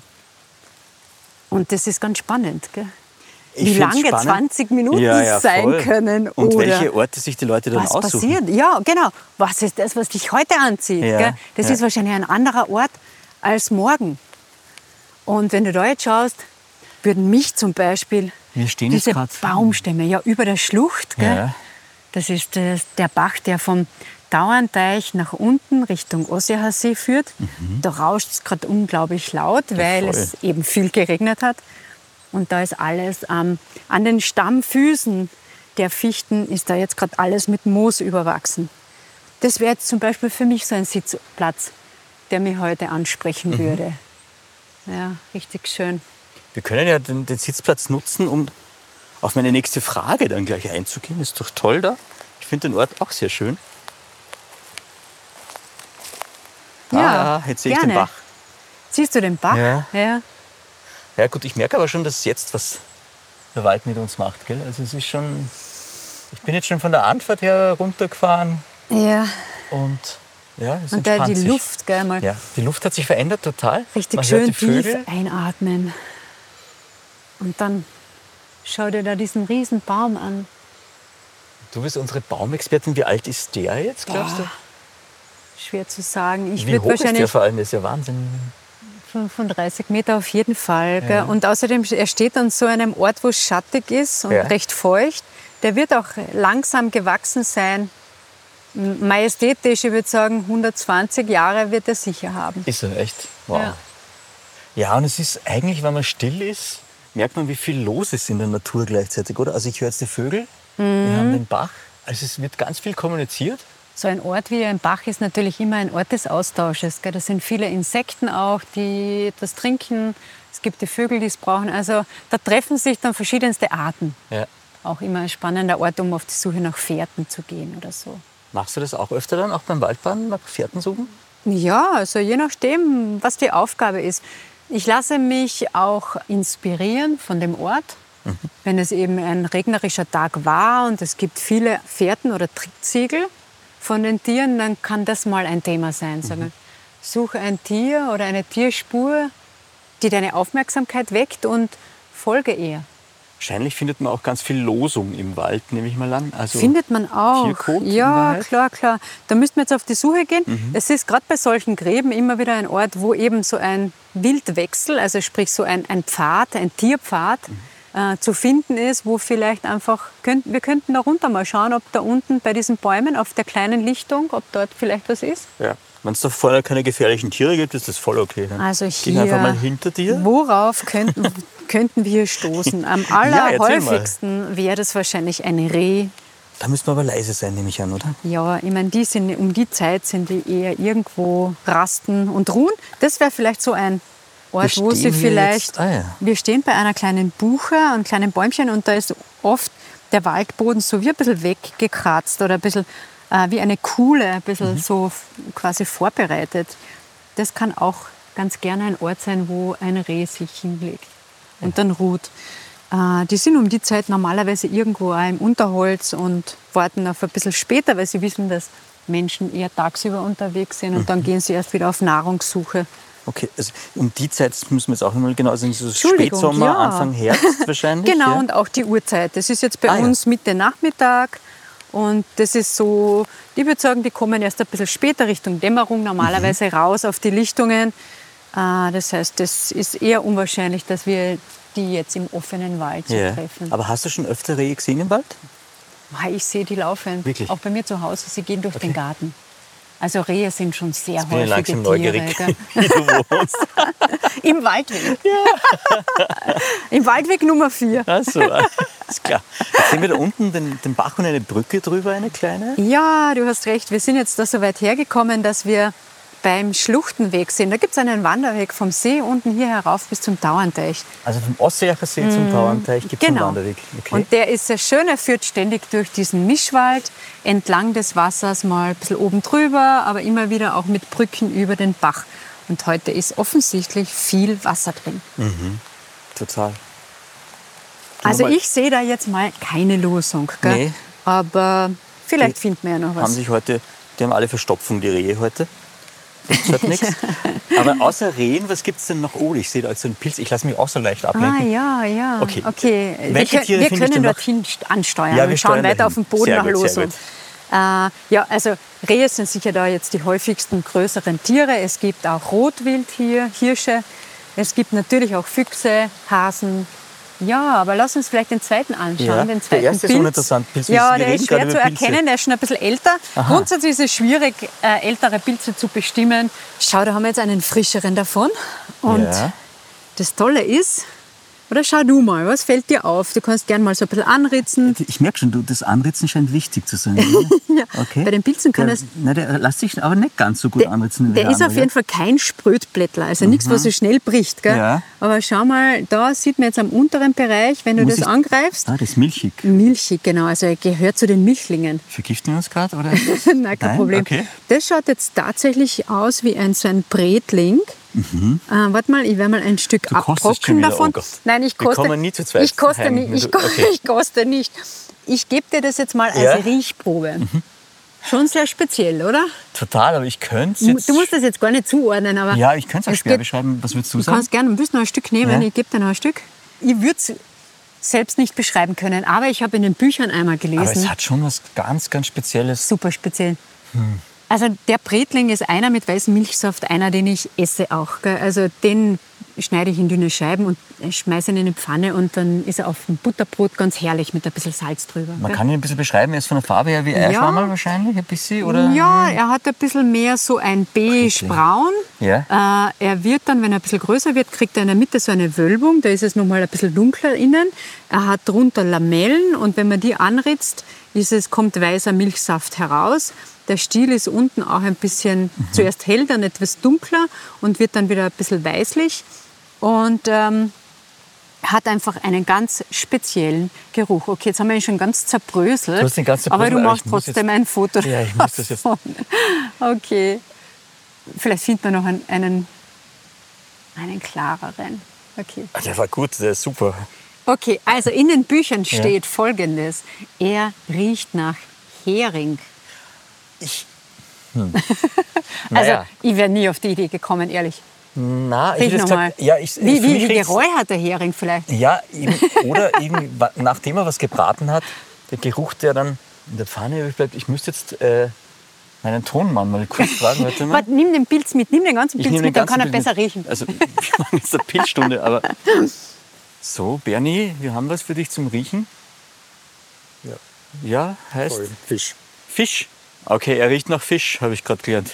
Und das ist ganz spannend, gell? Ich Wie find's lange spannend. 20 Minuten Ja, sein voll. können. Und oder welche Orte sich die Leute dann was aussuchen. passiert. Ja, genau. Was ist das, was dich heute anzieht? Ja, Gell? Das ja. ist wahrscheinlich ein anderer Ort als morgen. Und wenn du da jetzt schaust, würden mich zum Beispiel Wir stehen jetzt diese grad- Baumstämme ja über der Schlucht, gell? Ja. Das ist der Bach, der vom Dauernteich nach unten Richtung Ossiacher führt. Da rauscht es gerade unglaublich laut, weil voll. es eben viel geregnet hat. Und da ist alles an den Stammfüßen der Fichten ist da jetzt gerade alles mit Moos überwachsen. Das wäre jetzt zum Beispiel für mich so ein Sitzplatz, der mich heute ansprechen würde. Ja, richtig schön. Wir können ja den Sitzplatz nutzen, um auf meine nächste Frage dann gleich einzugehen. Ist doch toll da. Ich finde den Ort auch sehr schön. Ja, jetzt sehe ich den gerne. Bach. Siehst du den Bach? Ja. Ja. Ja gut, ich merke aber schon, dass jetzt was der Wald mit uns macht. Gell? Also es ist schon, ich bin jetzt schon von der Anfahrt her runtergefahren Ja. und ja, es Und da entspannt die sich. Luft, gell, mal Ja, die Luft hat sich verändert total. richtig Man hört schön die Vögel. tief einatmen. Und dann schau dir da diesen riesen Baum an. Du bist unsere Baumexpertin. Wie alt ist der jetzt, glaubst du? Schwer zu sagen. Ich Wie würde hoch ist der wahrscheinlich vor allem? Das ist ja Wahnsinn. 35 Meter auf jeden Fall. Gell? Und außerdem, er steht an so einem Ort, wo es schattig ist und Ja. recht feucht. Der wird auch langsam gewachsen sein. Majestätisch, ich würde sagen, 120 Jahre wird er sicher haben. Ist er echt? Wow. Ja. Ja, und es ist eigentlich, wenn man still ist, merkt man, wie viel los ist in der Natur gleichzeitig, oder? Also ich höre jetzt die Vögel, wir haben den Bach. Also es wird ganz viel kommuniziert. So ein Ort wie ein Bach ist natürlich immer ein Ort des Austausches. Gell? Da sind viele Insekten auch, die etwas trinken. Es gibt die Vögel, die es brauchen. Also da treffen sich dann verschiedenste Arten. Ja. Auch immer ein spannender Ort, um auf die Suche nach Fährten zu gehen oder so. Machst du das auch öfter dann, auch beim Waldbaden, nach Fährten suchen? Ja, also je nachdem, was die Aufgabe ist. Ich lasse mich auch inspirieren von dem Ort. Wenn es eben ein regnerischer Tag war und es gibt viele Fährten oder Trickziegel von den Tieren, dann kann das mal ein Thema sein. Sagen, suche ein Tier oder eine Tierspur, die deine Aufmerksamkeit weckt, und folge ihr. Wahrscheinlich findet man auch ganz viel Losung im Wald, nehme ich mal an. Also Findet man auch. Tierkot in Ja, Wahrheit? klar, klar. Da müssten wir jetzt auf die Suche gehen. Es ist gerade bei solchen Gräben immer wieder ein Ort, wo eben so ein Wildwechsel, also sprich so ein Pfad, ein Tierpfad zu finden ist, wo vielleicht einfach, wir könnten da runter mal schauen, ob da unten bei diesen Bäumen auf der kleinen Lichtung, ob dort vielleicht was ist. Ja. Wenn es da vorne keine gefährlichen Tiere gibt, ist das voll okay. Dann Also gehen wir einfach hier, mal hinter dir. worauf könnten, könnten wir hier stoßen? Am allerhäufigsten wäre das wahrscheinlich ein Reh. Da müssen wir aber leise sein, nehme ich an, oder? Ja, ich meine, um die Zeit sind die eher irgendwo rasten und ruhen. Das wäre vielleicht so ein Ort, wo sie vielleicht... Wir stehen bei einer kleinen Buche, einem kleinen Bäumchen, und da ist oft der Waldboden so wie ein bisschen weggekratzt oder ein bisschen wie eine Kuhle, ein bisschen so quasi vorbereitet. Das kann auch ganz gerne ein Ort sein, wo ein Reh sich hinlegt und dann ruht. Die sind um die Zeit normalerweise irgendwo auch im Unterholz und warten auf ein bisschen später, weil sie wissen, dass Menschen eher tagsüber unterwegs sind und dann gehen sie erst wieder auf Nahrungssuche. Okay, also um die Zeit müssen wir jetzt auch nochmal genau, also so Spätsommer, Anfang Herbst wahrscheinlich. Genau, ja? Und auch die Uhrzeit. Das ist jetzt bei uns Mitte Nachmittag und das ist so, ich würde sagen, die kommen erst ein bisschen später Richtung Dämmerung normalerweise raus auf die Lichtungen. Das heißt, das ist eher unwahrscheinlich, dass wir die jetzt im offenen Wald treffen. Aber hast du schon öfter Rehe gesehen im Wald? Ich sehe die laufen. Wirklich? Auch bei mir zu Hause. Sie gehen durch den Garten. Also Rehe sind schon sehr jetzt bin ich häufige langsam neugierig, Tiere. wie du wohnst. Im Waldweg. Ja. Im Waldweg Nummer 4. Ach so, ist klar. Jetzt sehen wir da unten den Bach und eine Brücke drüber, eine kleine. Ja, du hast recht. Wir sind jetzt da so weit hergekommen, dass wir beim Schluchtenweg sind. Da gibt es einen Wanderweg vom See unten hier herauf bis zum Tauernteich. Also vom Osseacher See zum Tauernteich gibt es einen Wanderweg. Okay. Und der ist sehr schön. Er führt ständig durch diesen Mischwald, entlang des Wassers, mal ein bisschen oben drüber, aber immer wieder auch mit Brücken über den Bach. Und heute ist offensichtlich viel Wasser drin. Total. Also ich sehe da jetzt mal keine Losung. Gell? Nee. Aber vielleicht finden wir ja noch was. Die haben alle Verstopfung, die Rehe heute. Das hat nichts. Aber außer Rehen, was gibt es denn noch? Oh, ich sehe da so einen Pilz. Ich lasse mich auch so leicht ablenken. Ja. Okay. Wir können dorthin ansteuern und schauen weiter auf den Boden nach Losung. Also Rehe sind sicher da jetzt die häufigsten größeren Tiere. Es gibt auch Rotwild hier, Hirsche. Es gibt natürlich auch Füchse, Hasen. Ja, aber lass uns vielleicht den zweiten anschauen. Ja, den zweiten der erste Pilz. ist uninteressant. Pilz, ja, der ist schwer zu erkennen, der ist schon ein bisschen älter. Aha. Grundsätzlich ist es schwierig, ältere Pilze zu bestimmen. Schau, da haben wir jetzt einen frischeren davon. Und das Tolle ist, oder schau du mal, was fällt dir auf? Du kannst gerne mal so ein bisschen anritzen. Ich merke schon, das Anritzen scheint wichtig zu sein. Ja, okay. Bei den Pilzen kann das... Der lässt sich aber nicht ganz so gut anritzen. Der ist auf jeden Fall kein Sprödblättler, also nichts, was so schnell bricht. Gell? Ja. Aber schau mal, da sieht man jetzt am unteren Bereich, wenn du das angreifst... Das ist milchig. Milchig, genau, also er gehört zu den Milchlingen. Vergiften wir uns gerade? Nein, kein Problem. Okay. Das schaut jetzt tatsächlich aus wie so ein Bretling. Warte mal, ich werde mal ein Stück abtrocknen davon. Oh Nein, ich koste nicht. Ich gebe dir das jetzt mal als Riechprobe. Schon sehr speziell, oder? Total, aber ich könnte es jetzt... Du musst das jetzt gar nicht zuordnen, aber... Ja, ich könnte es auch schwer beschreiben. Was würdest du sagen? Du kannst gerne, willst du noch ein Stück nehmen? Ich gebe dir noch ein Stück. Ich würde es selbst nicht beschreiben können, aber ich habe in den Büchern einmal gelesen. Aber es hat schon was ganz, ganz Spezielles. Super speziell. Also der Bretling ist einer mit weißem Milchsaft, einer, den ich esse auch. Gell? Also den schneide ich in dünne Scheiben und schmeiße ihn in eine Pfanne und dann ist er auf dem Butterbrot ganz herrlich mit ein bisschen Salz drüber. Man kann ihn ein bisschen beschreiben, er ist von der Farbe her wie Eischwammerl wahrscheinlich, ein bisschen, oder? Ja, er hat ein bisschen mehr so ein beige-braun. Ja. Er wird dann, wenn er ein bisschen größer wird, kriegt er in der Mitte so eine Wölbung, da ist es nochmal ein bisschen dunkler innen. Er hat drunter Lamellen und wenn man die anritzt, kommt weißer Milchsaft heraus. Der Stiel ist unten auch ein bisschen zuerst hell, dann etwas dunkler und wird dann wieder ein bisschen weißlich und hat einfach einen ganz speziellen Geruch. Okay, jetzt haben wir ihn schon ganz zerbröselt, du hast den ganz zerbröselt, aber du machst trotzdem ein Foto. Ja, ich muss das jetzt. Okay, vielleicht finden wir noch einen klareren. Okay. Der war gut, der ist super. Okay, also in den Büchern steht Folgendes. Er riecht nach Hering. Also, ich wäre nie auf die Idee gekommen, ehrlich. Na, ich noch mal. Wie geräuchert der Hering vielleicht? Ja, oder eben, nachdem er was gebraten hat, der Geruch, der dann in der Pfanne übrig bleibt. Ich müsste jetzt meinen Tonmann mal kurz fragen. Warte mal. Nimm den Pilz mit, nimm den ganzen Pilz mit, dann kann er besser riechen. Also, wir machen jetzt eine Pilzstunde, aber... So, Bernie, wir haben was für dich zum Riechen. Ja, heißt? Fisch. Fisch? Okay, er riecht nach Fisch, habe ich gerade gelernt.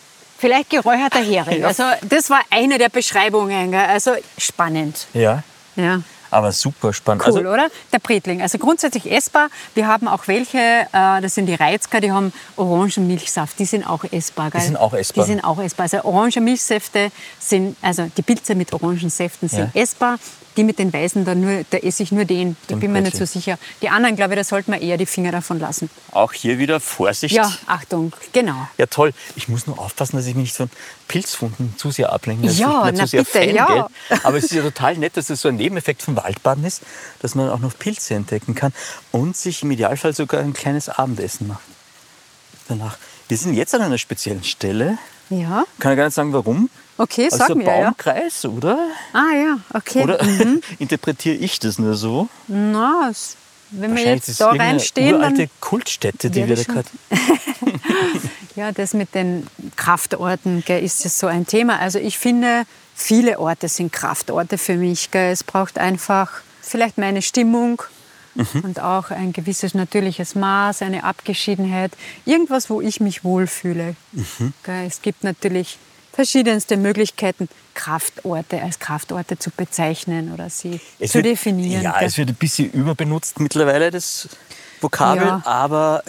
Vielleicht geräucherter Hering. Ja. Also das war eine der Beschreibungen. Also spannend. Ja. Ja. Aber super spannend. Cool, oder? Der Bretling. Also grundsätzlich essbar. Wir haben auch welche, das sind die Reizker, die haben Orangenmilchsaft. Die sind auch essbar. Gell? Die sind auch essbar. Die sind auch essbar. Also Orangenmilchsäfte sind, also die Pilze mit Orangensäften sind essbar. Die mit den Weißen, da esse ich nur den. Da bin mir nicht so sicher. Die anderen, glaube ich, da sollte man eher die Finger davon lassen. Auch hier wieder Vorsicht. Ja, Achtung, genau. Ja, toll. Ich muss nur aufpassen, dass ich mich nicht von Pilzfunden zu sehr ablenke. Das Ja, ist nicht na zu sehr bitte, Fan, ja. gell? Aber es ist ja total nett, dass das so ein Nebeneffekt vom Waldbaden ist, dass man auch noch Pilze entdecken kann und sich im Idealfall sogar ein kleines Abendessen macht. Danach. Wir sind jetzt an einer speziellen Stelle. Ja, Kann ich gar nicht sagen, warum. okay, Also sag ein mir, ja. Baumkreis, oder? Ah ja, okay. Oder interpretiere ich das nur so? Na, wenn wir Wahrscheinlich jetzt ist da es irgendeine reinstehen, uralte dann... Kultstätte, die wäre wir da schon- gerade... Ja, das mit den Kraftorten, gell, ist ja so ein Thema. Also ich finde, viele Orte sind Kraftorte für mich. Gell. Es braucht einfach vielleicht meine Stimmung und auch ein gewisses natürliches Maß, eine Abgeschiedenheit. Irgendwas, wo ich mich wohlfühle. Gell. Es gibt natürlich verschiedenste Möglichkeiten, Kraftorte als Kraftorte zu bezeichnen oder sie zu definieren. Ja, gell. es wird ein bisschen überbenutzt mittlerweile, das Vokabel, Ja. aber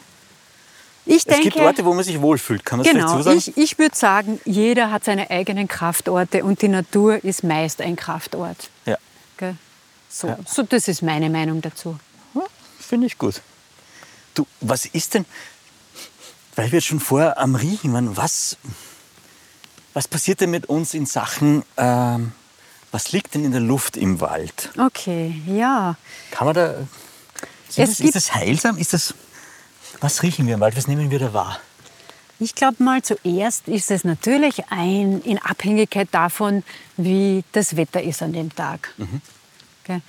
Ich es gibt denke, Orte, wo man sich wohlfühlt. Kann man das genau, vielleicht so sagen? ich würde sagen, jeder hat seine eigenen Kraftorte und die Natur ist meist ein Kraftort. Ja, Gell? So, das ist meine Meinung dazu. finde ich gut. Du, was ist denn, weil wir schon vorher am Riechen waren, was passiert denn mit uns in Sachen, was liegt denn in der Luft im Wald? Okay, ja. Kann man da, ist das heilsam? Was riechen wir im Wald? Was nehmen wir da wahr? Ich glaube mal, zuerst ist es natürlich in Abhängigkeit davon, wie das Wetter ist an dem Tag. Gell?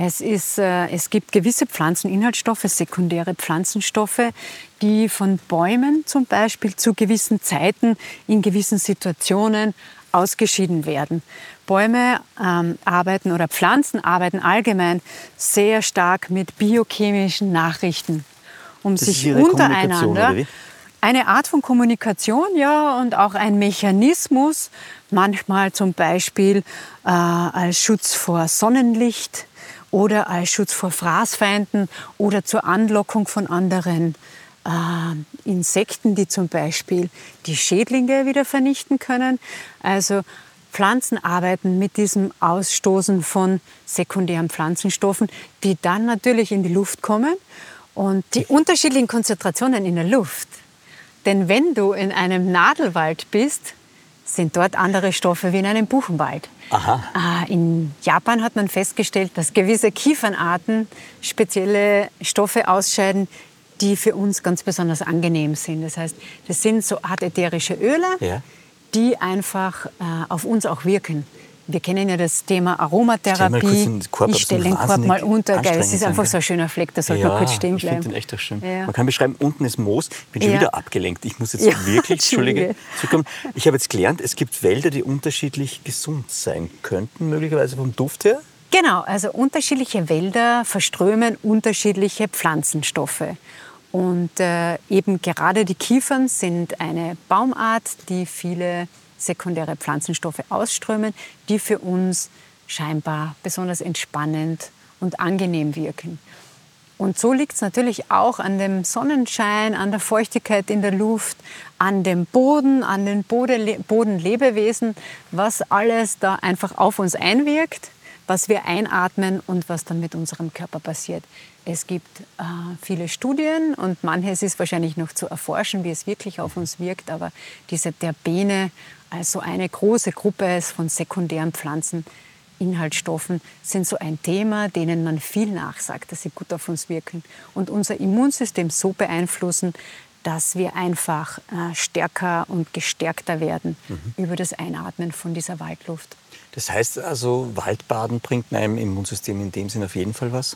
Es gibt gewisse Pflanzeninhaltsstoffe, sekundäre Pflanzenstoffe, die von Bäumen zum Beispiel zu gewissen Zeiten in gewissen Situationen ausgeschieden werden. Bäume arbeiten oder Pflanzen arbeiten allgemein sehr stark mit biochemischen Nachrichten, um Das ist sich ihre Kommunikation, untereinander oder wie? eine Art von Kommunikation, ja, und auch ein Mechanismus, manchmal zum Beispiel als Schutz vor Sonnenlicht oder als Schutz vor Fraßfeinden oder zur Anlockung von anderen Insekten, die zum Beispiel die Schädlinge wieder vernichten können. Also Pflanzen arbeiten mit diesem Ausstoßen von sekundären Pflanzenstoffen, die dann natürlich in die Luft kommen und die unterschiedlichen Konzentrationen in der Luft. Denn wenn du in einem Nadelwald bist, sind dort andere Stoffe wie in einem Buchenwald. Aha. In Japan hat man festgestellt, dass gewisse Kiefernarten spezielle Stoffe ausscheiden, die für uns ganz besonders angenehm sind. Das heißt, das sind so Art ätherische Öle, Ja. die einfach auf uns auch wirken. Wir kennen ja das Thema Stell mal Aromatherapie. kurz den Korb ab, Ich stelle das den muss Korb mal wahnsinnig unter. Geil, das anstrengend ist einfach sein, so ein schöner Fleck, da sollte Ja, man kurz stehen ich finde bleiben. den echt auch schön. Ja. Man kann beschreiben, unten ist Moos. Ich bin schon Ja. wieder abgelenkt. Ich muss jetzt Ja, wirklich, Entschuldige. zurückkommen. Ich habe jetzt gelernt, es gibt Wälder, die unterschiedlich gesund sein könnten, möglicherweise vom Duft her. Genau, also unterschiedliche Wälder verströmen unterschiedliche Pflanzenstoffe. Und eben gerade die Kiefern sind eine Baumart, die viele sekundäre Pflanzenstoffe ausströmen, die für uns scheinbar besonders entspannend und angenehm wirken. Und so liegt es natürlich auch an dem Sonnenschein, an der Feuchtigkeit in der Luft, an dem Boden, an den Bodenlebewesen, was alles da einfach auf uns einwirkt, was wir einatmen und was dann mit unserem Körper passiert. Es gibt viele Studien und manches ist wahrscheinlich noch zu erforschen, wie es wirklich auf uns wirkt, aber diese Terpene, also eine große Gruppe von sekundären Pflanzeninhaltsstoffen, sind so ein Thema, denen man viel nachsagt, dass sie gut auf uns wirken und unser Immunsystem so beeinflussen, dass wir einfach stärker und gestärkter werden über das Einatmen von dieser Waldluft. Das heißt also, Waldbaden bringt meinem Immunsystem in dem Sinn auf jeden Fall was?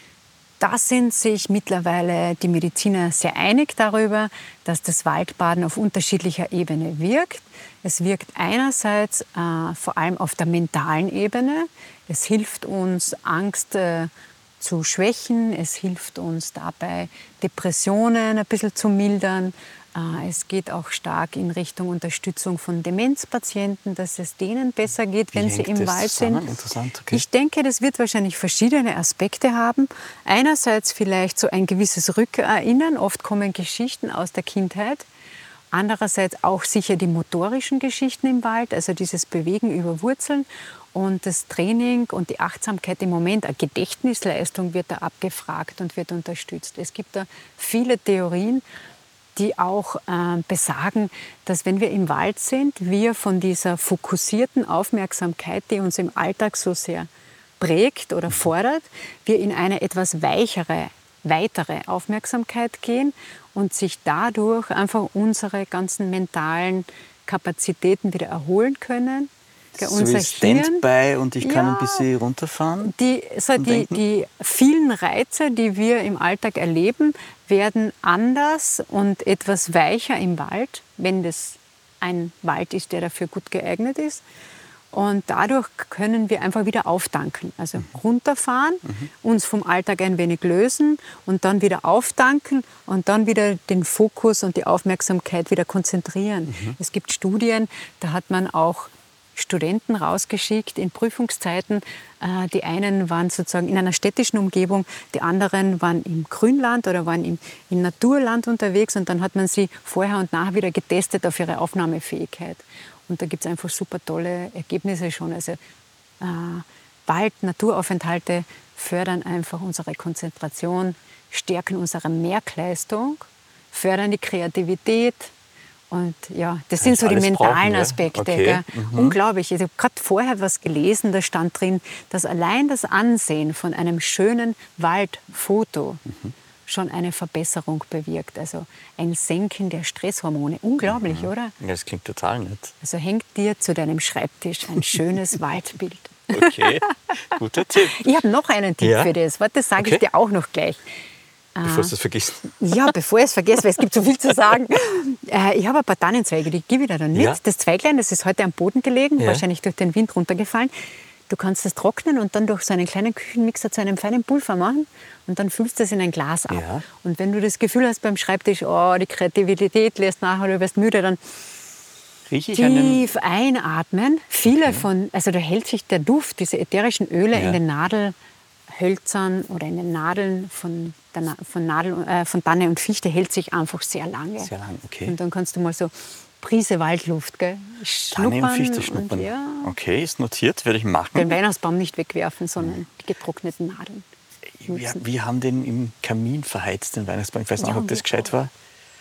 Da sind sich mittlerweile die Mediziner sehr einig darüber, dass das Waldbaden auf unterschiedlicher Ebene wirkt. Es wirkt einerseits vor allem auf der mentalen Ebene. Es hilft uns, Angst zu schwächen. Es hilft uns dabei, Depressionen ein bisschen zu mildern. Es geht auch stark in Richtung Unterstützung von Demenzpatienten, dass es denen besser geht, wenn sie im Wald sind. Interessant, okay. Ich denke, das wird wahrscheinlich verschiedene Aspekte haben. Einerseits vielleicht so ein gewisses Rückerinnern. Oft kommen Geschichten aus der Kindheit. Andererseits auch sicher die motorischen Geschichten im Wald, also dieses Bewegen über Wurzeln. Und das Training und die Achtsamkeit im Moment, eine Gedächtnisleistung wird da abgefragt und wird unterstützt. Es gibt da viele Theorien, die auch besagen, dass wenn wir im Wald sind, wir von dieser fokussierten Aufmerksamkeit, die uns im Alltag so sehr prägt oder fordert, wir in eine etwas weichere, weitere Aufmerksamkeit gehen und sich dadurch einfach unsere ganzen mentalen Kapazitäten wieder erholen können. So wie Standby und ich kann ein bisschen runterfahren? Die vielen Reize, die wir im Alltag erleben, werden anders und etwas weicher im Wald, wenn das ein Wald ist, der dafür gut geeignet ist. Und dadurch können wir einfach wieder auftanken. Also runterfahren, uns vom Alltag ein wenig lösen und dann wieder auftanken und dann wieder den Fokus und die Aufmerksamkeit wieder konzentrieren. Es gibt Studien, da hat man auch Studenten rausgeschickt in Prüfungszeiten. Die einen waren sozusagen in einer städtischen Umgebung, die anderen waren im Grünland oder waren im Naturland unterwegs und dann hat man sie vorher und nachher wieder getestet auf ihre Aufnahmefähigkeit. Und da gibt es einfach super tolle Ergebnisse schon. Also Wald, Naturaufenthalte fördern einfach unsere Konzentration, stärken unsere Merkleistung, fördern die Kreativität. Und ja, das sind so die mentalen Aspekte. Okay. Unglaublich. Ich habe gerade vorher was gelesen, da stand drin, dass allein das Ansehen von einem schönen Waldfoto schon eine Verbesserung bewirkt. Also ein Senken der Stresshormone. Unglaublich, oder? Ja, das klingt total nett. Also hängt dir zu deinem Schreibtisch ein schönes Waldbild. Okay, guter Tipp. Ich habe noch einen Tipp für das. Warte, das sage ich dir auch noch gleich. Bevor du es vergisst. Ja, bevor ich es vergesse, weil es gibt so viel zu sagen. Ich habe ein paar Tannenzweige, die gebe ich dir dann mit. Ja. Das Zweiglein, das ist heute am Boden gelegen, wahrscheinlich durch den Wind runtergefallen. Du kannst es trocknen und dann durch so einen kleinen Küchenmixer zu einem feinen Pulver machen und dann füllst du es in ein Glas ab. Ja. Und wenn du das Gefühl hast beim Schreibtisch, oh, die Kreativität lässt nach oder du wirst müde, dann tief einatmen. Also da hält sich der Duft, diese ätherischen Öle in den Nadelhölzern oder in den Nadeln von Tanne und Fichte hält sich einfach sehr lange. Sehr lang, okay. Und dann kannst du mal so Prise Waldluft, gell? Schnuppern. Tanne und Fichte schnuppern. Und, ja, Okay, ist notiert, werde ich machen. den Weihnachtsbaum nicht wegwerfen, sondern die getrockneten Nadeln. Wir haben den im Kamin verheizt, den Weihnachtsbaum. Ich weiß nicht, ob das gescheit war.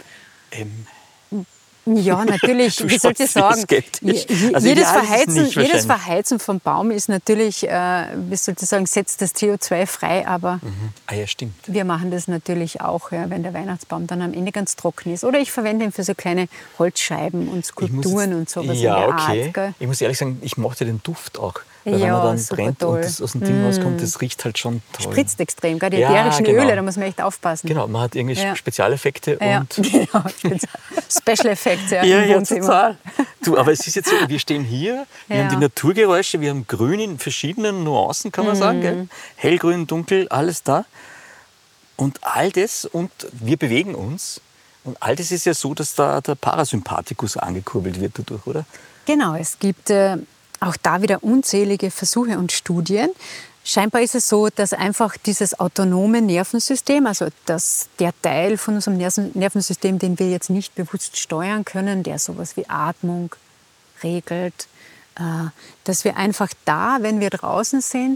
Ja, natürlich, wie soll ich sagen, Also jedes wahrscheinlich. Verheizen vom Baum ist natürlich, wie soll ich sagen, setzt das CO2 frei, aber Ah ja, stimmt. wir machen das natürlich auch, ja, wenn der Weihnachtsbaum dann am Ende ganz trocken ist. Oder ich verwende ihn für so kleine Holzscheiben und Skulpturen und sowas in der Art. Gell? Ich muss ehrlich sagen, ich mochte den Duft auch. Weil Ja, wenn er dann super brennt toll. und das aus dem Ding rauskommt, das riecht halt schon toll. Spritzt extrem, gell? Die Ja, ätherischen genau. Öle, da muss man echt aufpassen. Genau, man hat irgendwie Ja. Spezialeffekte Ja, und... genau. Special Effects im Wohnzimmer. total. Du, aber es ist jetzt so, wir stehen hier, wir Ja. haben die Naturgeräusche, wir haben Grün in verschiedenen Nuancen, kann man sagen. Gell? Hellgrün, dunkel, alles da. Und all das, und wir bewegen uns. Und all das ist ja so, dass da der Parasympathikus angekurbelt wird dadurch, oder? Genau, es gibt auch da wieder unzählige Versuche und Studien. Scheinbar ist es so, dass einfach dieses autonome Nervensystem, also der Teil von unserem Nervensystem, den wir jetzt nicht bewusst steuern können, der sowas wie Atmung regelt, dass wir einfach da, wenn wir draußen sind,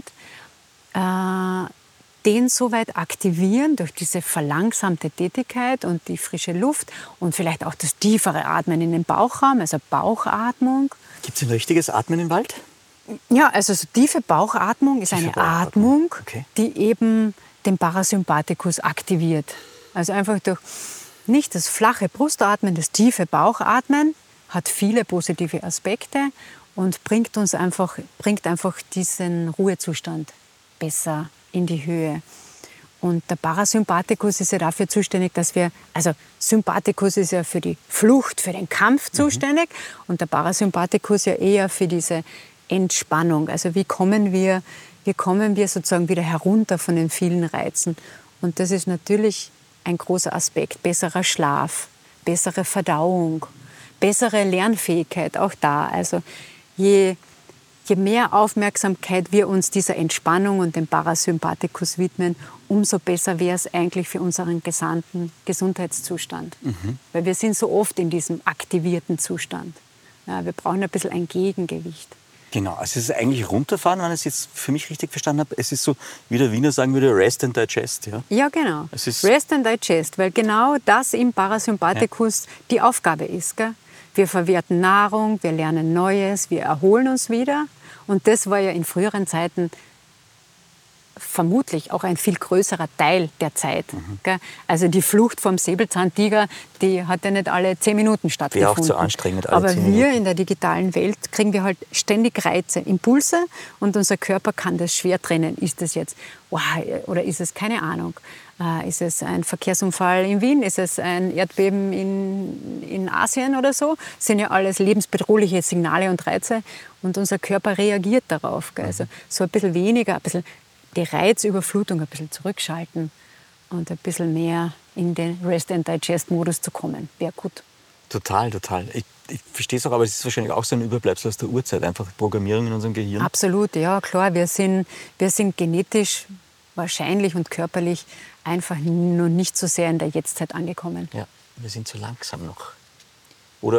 den so weit aktivieren durch diese verlangsamte Tätigkeit und die frische Luft und vielleicht auch das tiefere Atmen in den Bauchraum, also Bauchatmung. Gibt es ein richtiges Atmen im Wald? Ja, also so tiefe Bauchatmung ist eine Atmung, Okay. die eben den Parasympathikus aktiviert. Also einfach durch nicht das flache Brustatmen, das tiefe Bauchatmen hat viele positive Aspekte und bringt einfach diesen Ruhezustand besser in die Höhe. Und der Parasympathikus ist ja dafür zuständig, also Sympathikus ist ja für die Flucht, für den Kampf zuständig und der Parasympathikus ja eher für diese Entspannung. Also wie kommen wir sozusagen wieder herunter von den vielen Reizen. Und das ist natürlich ein großer Aspekt. Besserer Schlaf, bessere Verdauung, bessere Lernfähigkeit, auch da. Also je mehr Aufmerksamkeit wir uns dieser Entspannung und dem Parasympathikus widmen, umso besser wäre es eigentlich für unseren gesamten Gesundheitszustand. Weil wir sind so oft in diesem aktivierten Zustand. Ja, wir brauchen ein bisschen ein Gegengewicht. Genau, also es ist eigentlich runterfahren, wenn ich es jetzt für mich richtig verstanden habe. Es ist so, wie der Wiener sagen würde, Rest and Digest. Ja, ja genau. Es ist Rest and Digest, weil genau das im Parasympathikus die Aufgabe ist. Gell? Wir verwerten Nahrung, wir lernen Neues, wir erholen uns wieder. Und das war ja in früheren Zeiten vermutlich auch ein viel größerer Teil der Zeit. Gell? Also die Flucht vom Säbelzahntiger, die hat ja nicht alle 10 Minuten stattgefunden. Wäre auch zu anstrengend. Aber wir in der digitalen Welt kriegen wir halt ständig Reize, Impulse und unser Körper kann das schwer trennen. Ist das jetzt, wow, oder ist es keine Ahnung? Ist es ein Verkehrsunfall in Wien? Ist es ein Erdbeben in Asien oder so? Das sind ja alles lebensbedrohliche Signale und Reize und unser Körper reagiert darauf. Gell? Also so ein bisschen weniger, ein bisschen die Reizüberflutung ein bisschen zurückschalten und ein bisschen mehr in den Rest-and-Digest-Modus zu kommen. Wäre gut. Total. Ich verstehe es auch, aber es ist wahrscheinlich auch so ein Überbleibsel aus der Urzeit, einfach Programmierung in unserem Gehirn. Absolut, ja klar. Wir sind genetisch wahrscheinlich und körperlich einfach noch nicht so sehr in der Jetztzeit angekommen. Ja, wir sind zu langsam noch. Oder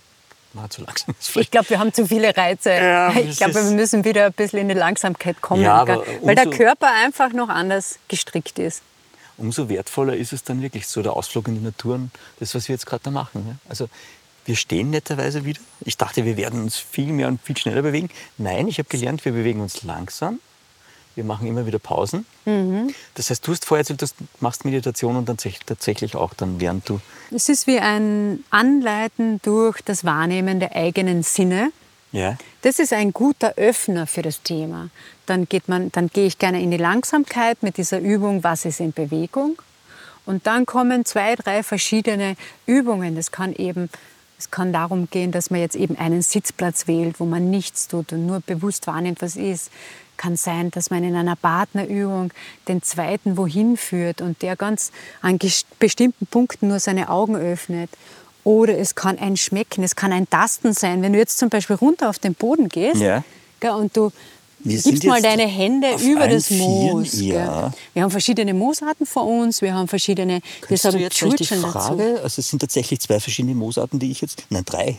zu langsam. Ich glaube, wir haben zu viele Reize. Ja, ich glaube, wir müssen wieder ein bisschen in die Langsamkeit kommen, ja, weil der Körper einfach noch anders gestrickt ist. Umso wertvoller ist es dann wirklich so, der Ausflug in die Natur und das, was wir jetzt gerade da machen. Ja? Also wir stehen netterweise wieder. Ich dachte, wir werden uns viel mehr und viel schneller bewegen. Nein, ich habe gelernt, wir bewegen uns langsam. Wir machen immer wieder Pausen. Das heißt, du hast vorher erzählt, du machst Meditation und dann tatsächlich auch dann, während du... Es ist wie ein Anleiten durch das Wahrnehmen der eigenen Sinne. Ja. Das ist ein guter Öffner für das Thema. Dann gehe ich gerne in die Langsamkeit mit dieser Übung, was ist in Bewegung. Und dann kommen 2, 3 verschiedene Übungen. Es kann darum gehen, dass man jetzt eben einen Sitzplatz wählt, wo man nichts tut und nur bewusst wahrnimmt, was ist. Kann sein, dass man in einer Partnerübung den Zweiten wohin führt und der ganz an bestimmten Punkten nur seine Augen öffnet. Oder es kann ein Schmecken, es kann ein Tasten sein. Wenn du jetzt zum Beispiel runter auf den Boden gehst, gell, und du gibst mal deine Hände über das Moos. Ja. Wir haben verschiedene Moosarten vor uns, wir haben verschiedene... Kannst du jetzt die Frage, also es sind tatsächlich 2 verschiedene Moosarten, die ich jetzt... Nein,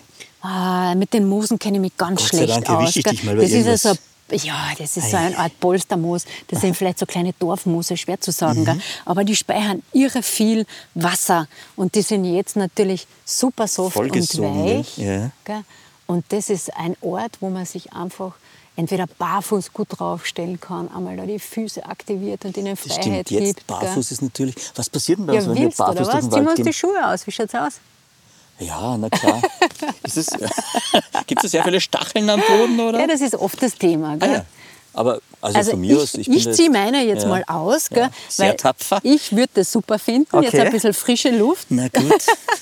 3. Mit den Moosen kenne ich mich ganz schlecht aus. Erwische ich dich mal bei das irgendwas. ist das ist so eine Art Polstermoos. Das sind vielleicht so kleine Dorfmoose, schwer zu sagen. Gell? Aber die speichern irre viel Wasser. Und die sind jetzt natürlich super soft und weich. Ja. Gell? Und das ist ein Ort, wo man sich einfach entweder barfuß gut draufstellen kann, einmal da die Füße aktiviert und ihnen Freiheit gibt. Jetzt gibt. barfuß ist natürlich... Was passiert denn bei uns, wenn willst, wir barfuß oder durch was? den Ziehen wir Wald uns die gehen? Schuhe aus. Wie schaut's aus? Ja, na klar. Gibt es sehr viele Stacheln am Boden, oder? Ja, das ist oft das Thema. Gell? Ja. Aber also von mir aus... Ich ziehe meine jetzt mal aus, gell, sehr weil tapfer. Ich würde das super finden. Jetzt ein bisschen frische Luft. Na gut.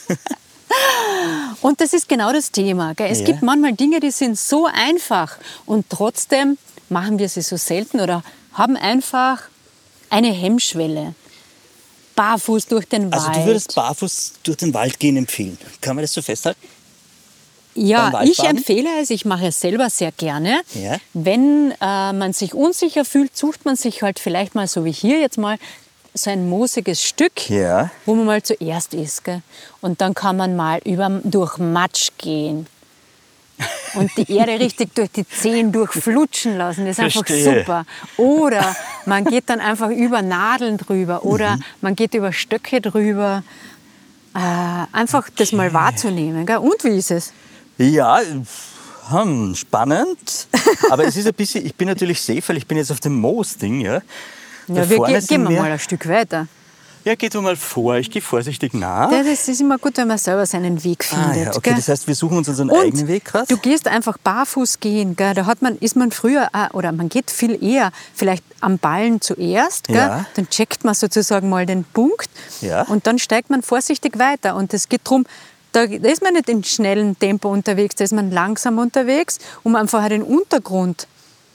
Und das ist genau das Thema. Gell? Es gibt manchmal Dinge, die sind so einfach und trotzdem machen wir sie so selten oder haben einfach eine Hemmschwelle. Barfuß durch den Wald. Also du würdest barfuß durch den Wald gehen empfehlen. Kann man das so festhalten? Ja, ich empfehle es. Ich mache es selber sehr gerne. Ja. Wenn man sich unsicher fühlt, sucht man sich halt vielleicht mal, so wie hier jetzt mal, so ein moosiges Stück, wo man mal zuerst ist. Gell? Und dann kann man mal durch Matsch gehen. Und die Erde richtig durch die Zehen durchflutschen lassen. Das ist einfach super. Oder man geht dann einfach über Nadeln drüber. Oder man geht über Stöcke drüber. Einfach das mal wahrzunehmen. Gell? Und wie ist es? Ja, spannend. Aber es ist ein bisschen, ich bin natürlich safe, weil ich bin jetzt auf dem Moos-Ding. Ja, gehen wir mal ein Stück weiter. Ja, geht mal vor. Ich gehe vorsichtig nach. Ja, das ist immer gut, wenn man selber seinen Weg findet. Ja, okay, gell? das heißt, wir suchen uns unseren eigenen Weg gerade. Du gehst einfach barfuß gehen. Gell? Da ist man früher, oder man geht viel eher vielleicht am Ballen zuerst. Gell? Ja. Dann checkt man sozusagen mal den Punkt. Ja. Und dann steigt man vorsichtig weiter. Und es geht darum, da ist man nicht in schnellem Tempo unterwegs, da ist man langsam unterwegs, um einfach den Untergrund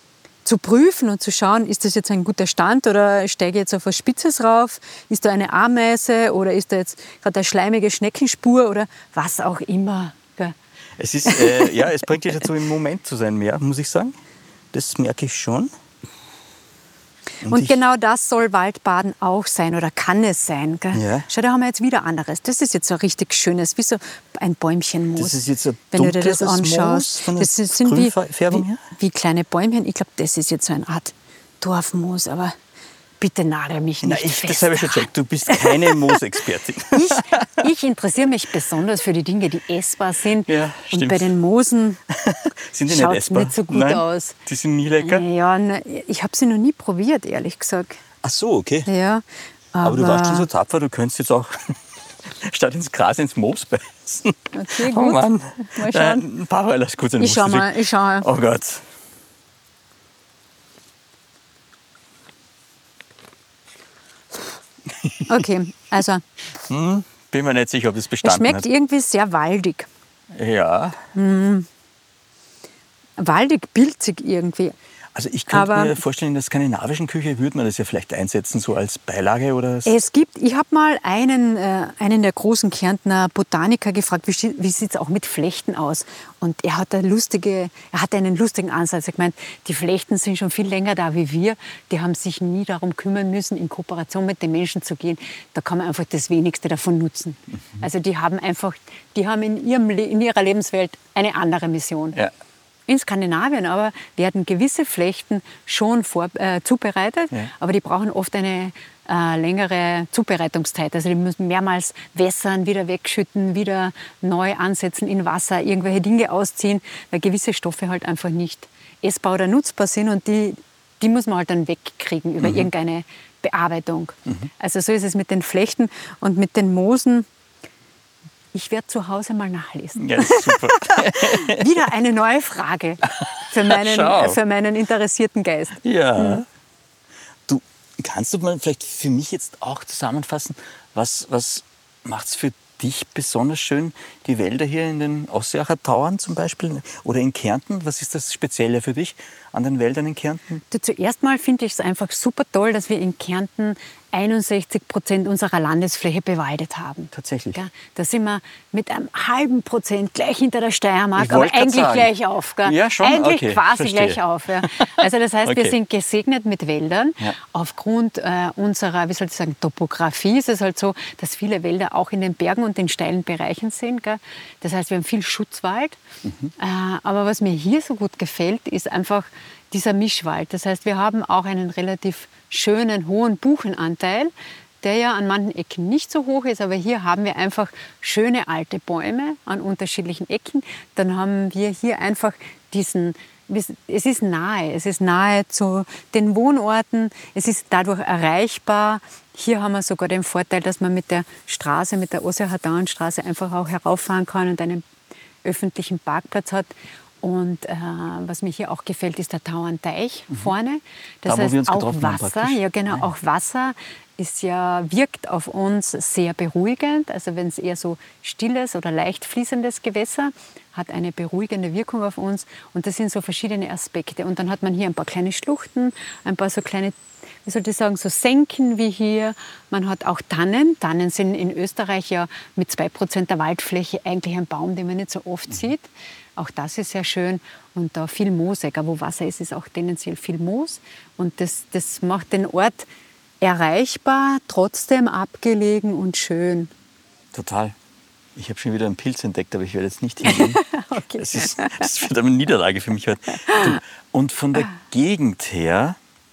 zu prüfen und zu schauen, ist das jetzt ein guter Stand oder steige ich jetzt auf was Spitzes rauf? Ist da eine Ameise oder ist da jetzt gerade eine schleimige Schneckenspur oder was auch immer? Gell? Es ist, es bringt dich dazu, im Moment zu sein mehr, muss ich sagen. Das merke ich schon. Und genau das soll Waldbaden auch sein oder kann es sein. Gell? Ja. Schau, da haben wir jetzt wieder anderes. Das ist jetzt so richtig schönes, wie so ein Bäumchenmoos. Das ist jetzt ein wenn du dir das dunkleres anschaust. Moos von der Das sind Grünfärbung her? wie kleine Bäumchen. Ich glaube, das ist jetzt so eine Art Dorfmoos, aber bitte nagel mich nicht fest. Das habe ich schon gecheckt. Du bist keine Moosexpertin. Ich interessiere mich besonders für die Dinge, die essbar sind. Ja, und stimmt. bei den Moosen Sind die schaut nicht es essbar? nicht so gut Nein, aus. Die sind nie lecker? Ja, ich habe sie noch nie probiert, ehrlich gesagt. Ach so, okay. Ja, Aber du warst schon so tapfer, du könntest jetzt auch statt ins Gras ins Moos beißen. Okay, Oh gut. Mann. Mal schauen. Ein paar Mal alles gut. Ich schau mal. Oh Gott. Okay, also Bin mir nicht sicher, ob das es bestanden schmeckt irgendwie sehr waldig. hat. Ja. Waldig, pilzig irgendwie. Also ich könnte Aber- mir vorstellen, in der skandinavischen Küche würde man das ja vielleicht einsetzen, so als Beilage oder so. Ich habe mal einen der großen Kärntner Botaniker gefragt, wie sieht es auch mit Flechten aus? Und er hatte einen lustigen Ansatz. Er meint, die Flechten sind schon viel länger da wie wir. Die haben sich nie darum kümmern müssen, in Kooperation mit den Menschen zu gehen. Da kann man einfach das Wenigste davon nutzen. Also die haben in ihrer Lebenswelt eine andere Mission. Ja. In Skandinavien aber werden gewisse Flechten schon zubereitet, Ja. aber die brauchen oft eine längere Zubereitungszeit. Also die müssen mehrmals wässern, wieder wegschütten, wieder neu ansetzen in Wasser, irgendwelche Dinge ausziehen, weil gewisse Stoffe halt einfach nicht essbar oder nutzbar sind und die muss man halt dann wegkriegen über irgendeine Bearbeitung. Also so ist es mit den Flechten und mit den Moosen. Ich werde zu Hause mal nachlesen. Ja, super. Wieder eine neue Frage für Schau. meinen interessierten Geist. Ja. Du, kannst du mal vielleicht für mich jetzt auch zusammenfassen, was macht es für dich besonders schön, die Wälder hier in den Ossiacher Tauern zum Beispiel oder in Kärnten? Was ist das Spezielle für dich an den Wäldern in Kärnten? Zuerst mal finde ich es einfach super toll, dass wir in Kärnten 61% unserer Landesfläche bewaldet haben. Tatsächlich. Gell? Da sind wir mit einem halben Prozent gleich hinter der Steiermark, Ich aber wollte grad eigentlich sagen. gleich auf. Gell? Ja, schon? Eigentlich Okay, quasi verstehe. gleich auf. Ja. Also das heißt, Okay. wir sind gesegnet mit Wäldern. Ja. Aufgrund unserer, wie soll ich sagen, Topografie ist es halt so, dass viele Wälder auch in den Bergen und den steilen Bereichen sind. Gell? Das heißt, wir haben viel Schutzwald. Aber was mir hier so gut gefällt, ist einfach dieser Mischwald. Das heißt, wir haben auch einen relativ schönen, hohen Buchenanteil, der ja an manchen Ecken nicht so hoch ist, aber hier haben wir einfach schöne alte Bäume an unterschiedlichen Ecken. Dann haben wir hier einfach es ist nahe zu den Wohnorten, es ist dadurch erreichbar. Hier haben wir sogar den Vorteil, dass man mit der Straße, mit der Ossiacher Tauernstraße einfach auch herauffahren kann und einen öffentlichen Parkplatz hat. Und was mir hier auch gefällt, ist der Tauernteich vorne. Das Da, wo heißt, wir uns auch getroffen haben Wasser, praktisch. ja genau, auch Wasser wirkt auf uns sehr beruhigend. Also wenn es eher so stilles oder leicht fließendes Gewässer hat eine beruhigende Wirkung auf uns. Und das sind so verschiedene Aspekte. Und dann hat man hier ein paar kleine Schluchten, ein paar so kleine, wie soll ich sagen, so Senken wie hier. Man hat auch Tannen. Tannen sind in Österreich ja mit 2% der Waldfläche eigentlich ein Baum, den man nicht so oft sieht. Auch das ist sehr schön. Und da viel Moos, egal wo Wasser ist, ist auch tendenziell viel Moos. Und das macht den Ort erreichbar, trotzdem abgelegen und schön. Total. Ich habe schon wieder einen Pilz entdeckt, aber ich werde jetzt nicht hingehen. Okay. Das wird eine Niederlage für mich heute. Du, und von der Gegend her,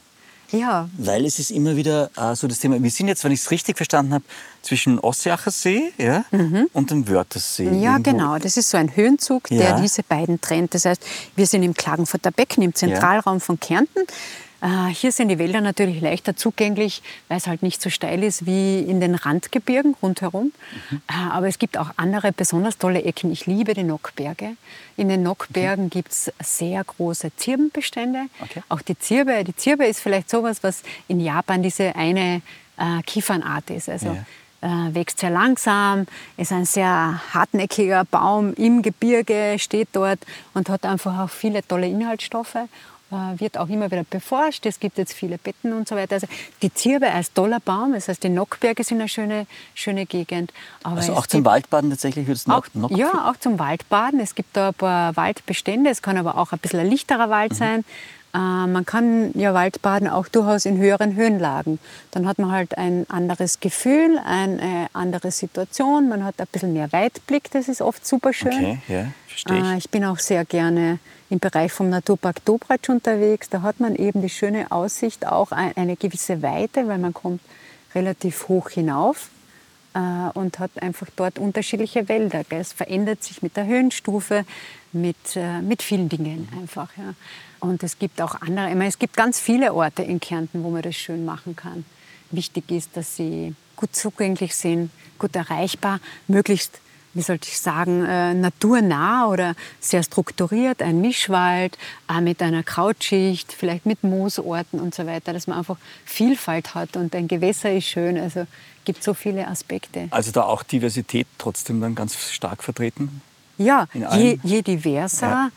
Ja, weil es ist immer wieder so das Thema, wir sind jetzt, wenn ich es richtig verstanden habe, zwischen Ossiacher See und dem Wörthersee. ja Irgendwo. genau. Das ist so ein Höhenzug, der Ja. diese beiden trennt. Das heißt, wir sind im Klagenfurter Becken, im Zentralraum von Kärnten. Hier sind die Wälder natürlich leichter zugänglich, weil es halt nicht so steil ist wie in den Randgebirgen rundherum. Aber es gibt auch andere besonders tolle Ecken. Ich liebe die Nockberge. In den Nockbergen gibt es sehr große Zirbenbestände. Okay. Auch die Zirbe. Die Zirbe ist vielleicht sowas, was in Japan diese eine Kiefernart ist. Also wächst sehr langsam, ist ein sehr hartnäckiger Baum im Gebirge, steht dort und hat einfach auch viele tolle Inhaltsstoffe. wird auch immer wieder beforscht. Es gibt jetzt viele Betten und so weiter. Also die Zirbe als toller Baum, das heißt, die Nockberge sind eine schöne Gegend. Aber Also auch zum Waldbaden tatsächlich wird es noch? Ja, auch zum Waldbaden. Es gibt da ein paar Waldbestände. Es kann aber auch ein bisschen ein lichterer Wald sein. Man kann ja Waldbaden auch durchaus in höheren Höhenlagen. Dann hat man halt ein anderes Gefühl, eine andere Situation. Man hat ein bisschen mehr Weitblick, das ist oft super schön. Okay, ja, verstehe ich. Ich bin auch sehr gerne im Bereich vom Naturpark Dobratsch unterwegs. Da hat man eben die schöne Aussicht, auch eine gewisse Weite, weil man kommt relativ hoch hinauf und hat einfach dort unterschiedliche Wälder. Es verändert sich mit der Höhenstufe, mit vielen Dingen einfach. Ja. Und es gibt auch andere, ich meine, es gibt ganz viele Orte in Kärnten, wo man das schön machen kann. Wichtig ist, dass sie gut zugänglich sind, gut erreichbar, möglichst, wie soll ich sagen, naturnah oder sehr strukturiert, ein Mischwald mit einer Krautschicht, vielleicht mit Moosorten und so weiter, dass man einfach Vielfalt hat und ein Gewässer ist schön, also gibt so viele Aspekte. Also da auch Diversität trotzdem dann ganz stark vertreten? Ja, je diverser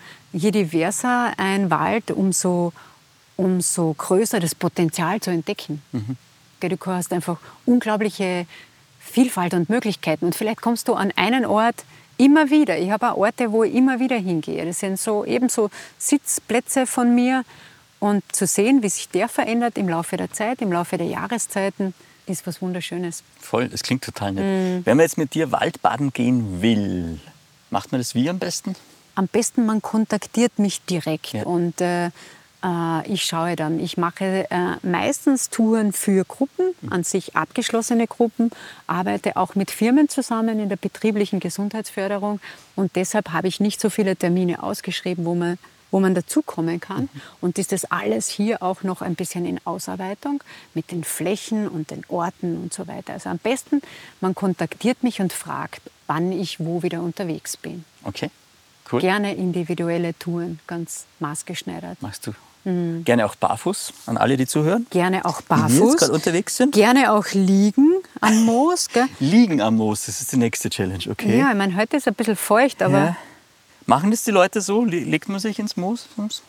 ein Wald, umso größer das Potenzial zu entdecken. Du hast einfach unglaubliche Vielfalt und Möglichkeiten. Und vielleicht kommst du an einen Ort immer wieder. Ich habe auch Orte, wo ich immer wieder hingehe. Das sind ebenso Sitzplätze von mir. Und zu sehen, wie sich der verändert im Laufe der Zeit, im Laufe der Jahreszeiten, ist was Wunderschönes. Voll, das klingt total nett. Wenn man jetzt mit dir Waldbaden gehen will, macht man das wie am besten? Am besten, man kontaktiert mich direkt. Ja. Und ich schaue dann. Ich mache meistens Touren für Gruppen, an sich abgeschlossene Gruppen, arbeite auch mit Firmen zusammen in der betrieblichen Gesundheitsförderung. Und deshalb habe ich nicht so viele Termine ausgeschrieben, wo man dazukommen kann. Und ist das alles hier auch noch ein bisschen in Ausarbeitung mit den Flächen und den Orten und so weiter. Also am besten, man kontaktiert mich und fragt, wann ich wo wieder unterwegs bin. Okay, cool. Gerne individuelle Touren, ganz maßgeschneidert. Machst du? Gerne auch barfuß, an alle, die zuhören? Gerne auch Die jetzt barfuß. gerade unterwegs sind? Gerne auch liegen am Moos. Gell? Liegen am Moos, das ist die nächste Challenge, okay? Ja, ich meine, heute ist es ein bisschen feucht, aber Ja. Machen das die Leute so? Legt man sich ins Moos?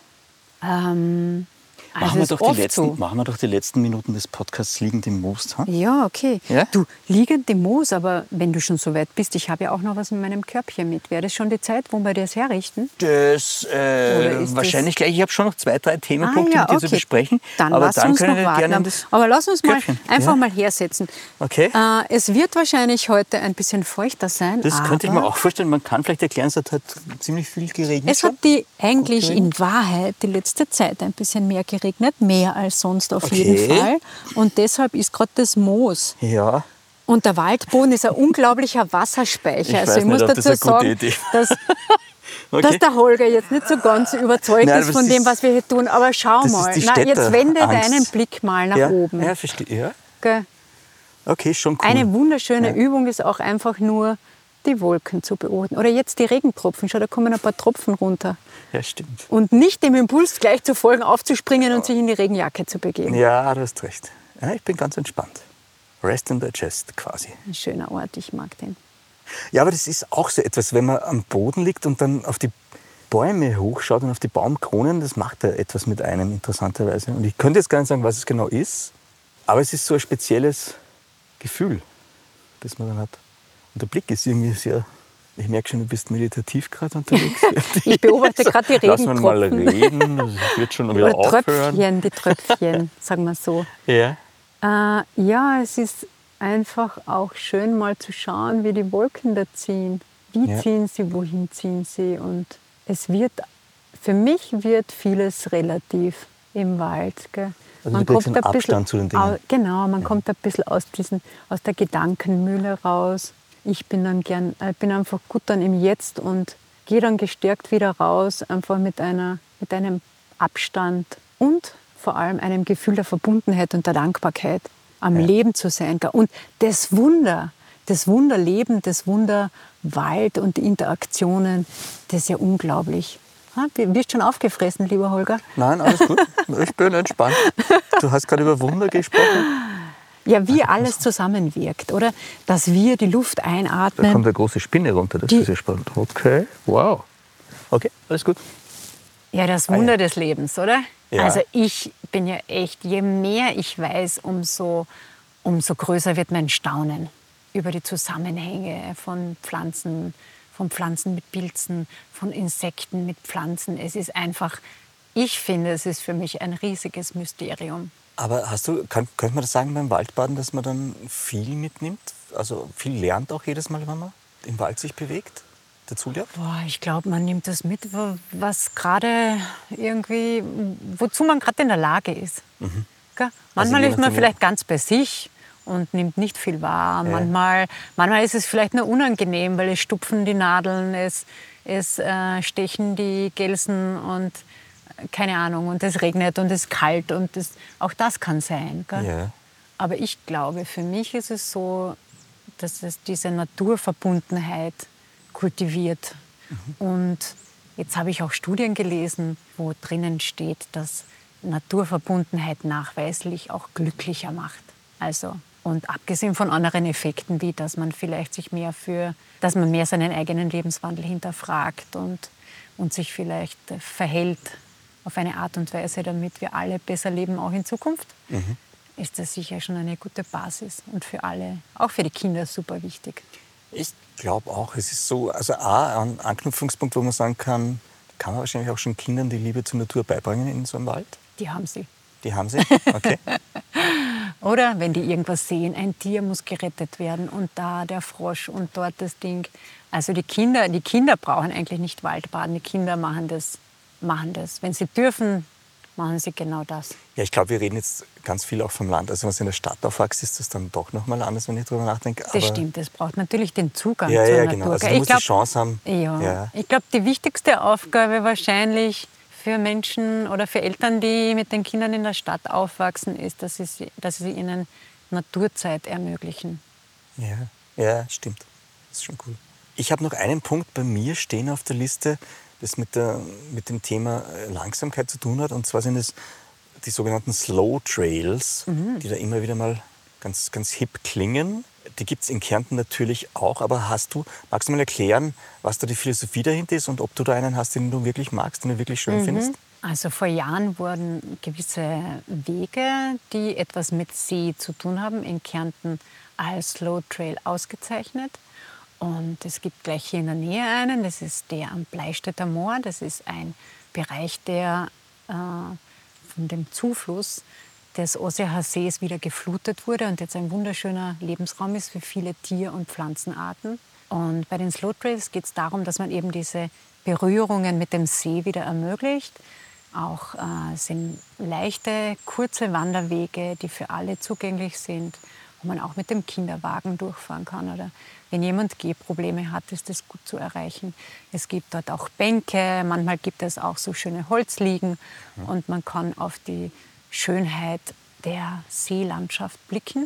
also ist oft so. Machen wir doch die letzten Minuten des Podcasts liegend im Moos. Ha? Ja, okay. Ja? Du, liegend im Moos, aber wenn du schon so weit bist, ich habe ja auch noch was in meinem Körbchen mit. Wäre das schon die Zeit, wo wir das herrichten? Das ist wahrscheinlich gleich. Ich habe schon noch 2, 3 Themenpunkte mit dir zu besprechen. Dann aber lass dann uns können noch wir warten. gerne in das Aber lass uns mal Körbchen. einfach Ja. mal hersetzen. Okay. Es wird wahrscheinlich heute ein bisschen feuchter sein. Das könnte ich aber mir auch vorstellen. Man kann vielleicht erklären, es hat ziemlich viel geregnet. Es hat die eigentlich Okay. in Wahrheit die letzte Zeit ein bisschen mehr geregnet, mehr als sonst auf Okay. jeden Fall. Und deshalb ist gerade das Moos. Ja. Und der Waldboden ist ein unglaublicher Wasserspeicher. Ich also weiß ich muss nicht, ob dazu das eine gute sagen, Idee dass Okay. der Holger jetzt nicht so ganz überzeugt Nein, ist aber von das dem, ist- was wir hier tun. Aber schau das ist mal. die Na, jetzt wende Städterangst. deinen Blick mal nach Ja. oben. Ja, verstehe. Ja. Gell? Okay, schon cool. Eine wunderschöne Ja. Übung ist auch einfach nur, die Wolken zu beobachten. Oder jetzt die Regentropfen. Schau, da kommen ein paar Tropfen runter. Ja, stimmt. Und nicht dem Impuls gleich zu folgen, aufzuspringen und sich in die Regenjacke zu begeben. Ja, du hast recht. Ja, ich bin ganz entspannt. Rest and digest quasi. Ein schöner Ort, ich mag den. Ja, aber das ist auch so etwas, wenn man am Boden liegt und dann auf die Bäume hochschaut und auf die Baumkronen, das macht ja etwas mit einem interessanterweise. Und ich könnte jetzt gar nicht sagen, was es genau ist, aber es ist so ein spezielles Gefühl, das man dann hat. Und der Blick ist irgendwie sehr, ich merke schon, du bist meditativ gerade unterwegs. Ich beobachte gerade die Lass mal Regentropfen. reden, das wird schon wieder Oder aufhören. Tröpfchen, die Tröpfchen, sagen wir so. Ja. Ja, es ist einfach auch schön mal zu schauen, wie die Wolken da ziehen. Wie Ja. ziehen sie, wohin ziehen sie? Und für mich wird vieles relativ im Wald. Gell? Also du kriegst einen ein bisschen Abstand zu den Dingen. Genau, man kommt ein bisschen aus der Gedankenmühle raus. Ich bin einfach gut dann im Jetzt und gehe dann gestärkt wieder raus, einfach mit einem Abstand und vor allem einem Gefühl der Verbundenheit und der Dankbarkeit am Leben zu sein. Und das Wunderleben, das Wunderwald und die Interaktionen, das ist ja unglaublich. Wirst schon aufgefressen, lieber Holger? Nein, alles gut. Ich bin entspannt. Du hast gerade über Wunder gesprochen. Ja, wie alles zusammenwirkt, oder? Dass wir die Luft Da einatmen. kommt eine große Spinne runter, das ist ja spannend. Okay, wow. Okay, alles gut. Ja, das Wunder des Lebens, oder? Ja. Also ich bin ja echt, je mehr ich weiß, umso größer wird mein Staunen über die Zusammenhänge von Pflanzen mit Pilzen, von Insekten mit Pflanzen. Es ist einfach, ich finde, es ist für mich ein riesiges Mysterium. Aber könnte man das sagen beim Waldbaden, dass man dann viel mitnimmt? Also viel lernt auch jedes Mal, wenn man im Wald sich bewegt? Dazulernt? Boah, ich glaube, man nimmt das mit, was gerade irgendwie, wozu man gerade in der Lage ist. Gell? Manchmal je ist man nachdem, vielleicht ganz bei sich und nimmt nicht viel wahr. Ja. Manchmal ist es vielleicht nur unangenehm, weil es stupfen die Nadeln, es stechen die Gelsen und keine Ahnung, und es regnet und es ist kalt und auch das kann sein. Gell? Ja. Aber ich glaube, für mich ist es so, dass es diese Naturverbundenheit kultiviert. Und jetzt habe ich auch Studien gelesen, wo drinnen steht, dass Naturverbundenheit nachweislich auch glücklicher macht. Also, und abgesehen von anderen Effekten, wie dass man vielleicht dass man mehr seinen eigenen Lebenswandel hinterfragt und sich vielleicht verhält auf eine Art und Weise, damit wir alle besser leben, auch in Zukunft, ist das sicher schon eine gute Basis und für alle, auch für die Kinder, super wichtig. Ich glaube auch, es ist so, also ein Anknüpfungspunkt, wo man sagen kann man wahrscheinlich auch schon Kindern die Liebe zur Natur beibringen in so einem Wald? Die haben sie. Die haben sie? Okay. Oder wenn die irgendwas sehen, ein Tier muss gerettet werden und da der Frosch und dort das Ding. Also die Kinder brauchen eigentlich nicht Waldbaden, die Kinder machen das. Wenn sie dürfen, machen sie genau das. Ja, ich glaube, wir reden jetzt ganz viel auch vom Land. Also wenn man in der Stadt aufwächst, ist das dann doch noch mal anders, wenn ich drüber nachdenke. Das stimmt, es braucht natürlich den Zugang ja, zur ja, Natur. genau. Also du musst die Chance haben. Ja. Ich glaube, die wichtigste Aufgabe wahrscheinlich für Menschen oder für Eltern, die mit den Kindern in der Stadt aufwachsen, ist, dass sie ihnen Naturzeit ermöglichen. Ja, stimmt. Das ist schon cool. Ich habe noch einen Punkt bei mir stehen auf der Liste, das mit dem Thema Langsamkeit zu tun hat. Und zwar sind es die sogenannten Slow Trails, die da immer wieder mal ganz, ganz hip klingen. Die gibt es in Kärnten natürlich auch. Aber magst du mal erklären, was da die Philosophie dahinter ist und ob du da einen hast, den du wirklich magst, den du wirklich schön findest? Also vor Jahren wurden gewisse Wege, die etwas mit See zu tun haben, in Kärnten als Slow Trail ausgezeichnet. Und es gibt gleich hier in der Nähe einen, das ist der am Bleistädter Moor. Das ist ein Bereich, der von dem Zufluss des Osseher Sees wieder geflutet wurde und jetzt ein wunderschöner Lebensraum ist für viele Tier- und Pflanzenarten. Und bei den Slow Trails geht es darum, dass man eben diese Berührungen mit dem See wieder ermöglicht. Auch sind leichte, kurze Wanderwege, die für alle zugänglich sind, wo man auch mit dem Kinderwagen durchfahren kann. Oder wenn jemand Gehprobleme hat, ist das gut zu erreichen. Es gibt dort auch Bänke, manchmal gibt es auch so schöne Holzliegen und man kann auf die Schönheit der Seelandschaft blicken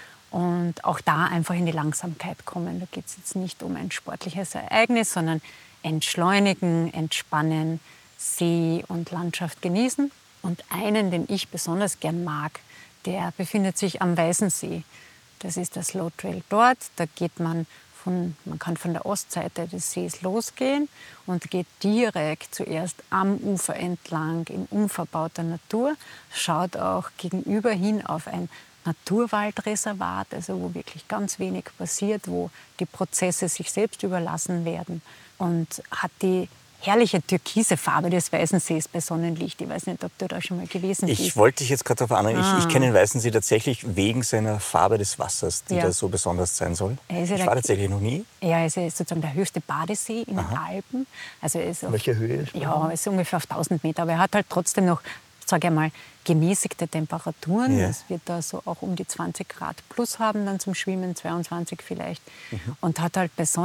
und auch da einfach in die Langsamkeit kommen. Da geht es jetzt nicht um ein sportliches Ereignis, sondern entschleunigen, entspannen, See und Landschaft genießen. Und einen, den ich besonders gern mag, der befindet sich am Weißensee. Das ist der Slow Trail dort. Da geht man kann von der Ostseite des Sees losgehen und geht direkt zuerst am Ufer entlang in unverbauter Natur, schaut auch gegenüber hin auf ein Naturwaldreservat, also wo wirklich ganz wenig passiert, wo die Prozesse sich selbst überlassen werden und hat die herrliche türkise Farbe des Weißensees bei Sonnenlicht. Ich weiß nicht, ob du da schon mal gewesen bist. Ich wollte dich jetzt gerade darauf anregen. Ich kenne den Weißensee tatsächlich wegen seiner Farbe des Wassers, die da so besonders sein soll. Ich war tatsächlich noch nie. Ja, es ist sozusagen der höchste Badesee in den Alpen. Also welche Höhe ist Ja, es ist ungefähr auf 1000 Meter. Aber er hat halt trotzdem noch, sage ich mal, gemäßigte Temperaturen. Es wird da so auch um die 20 Grad plus haben dann zum Schwimmen, 22 vielleicht. Und hat halt bei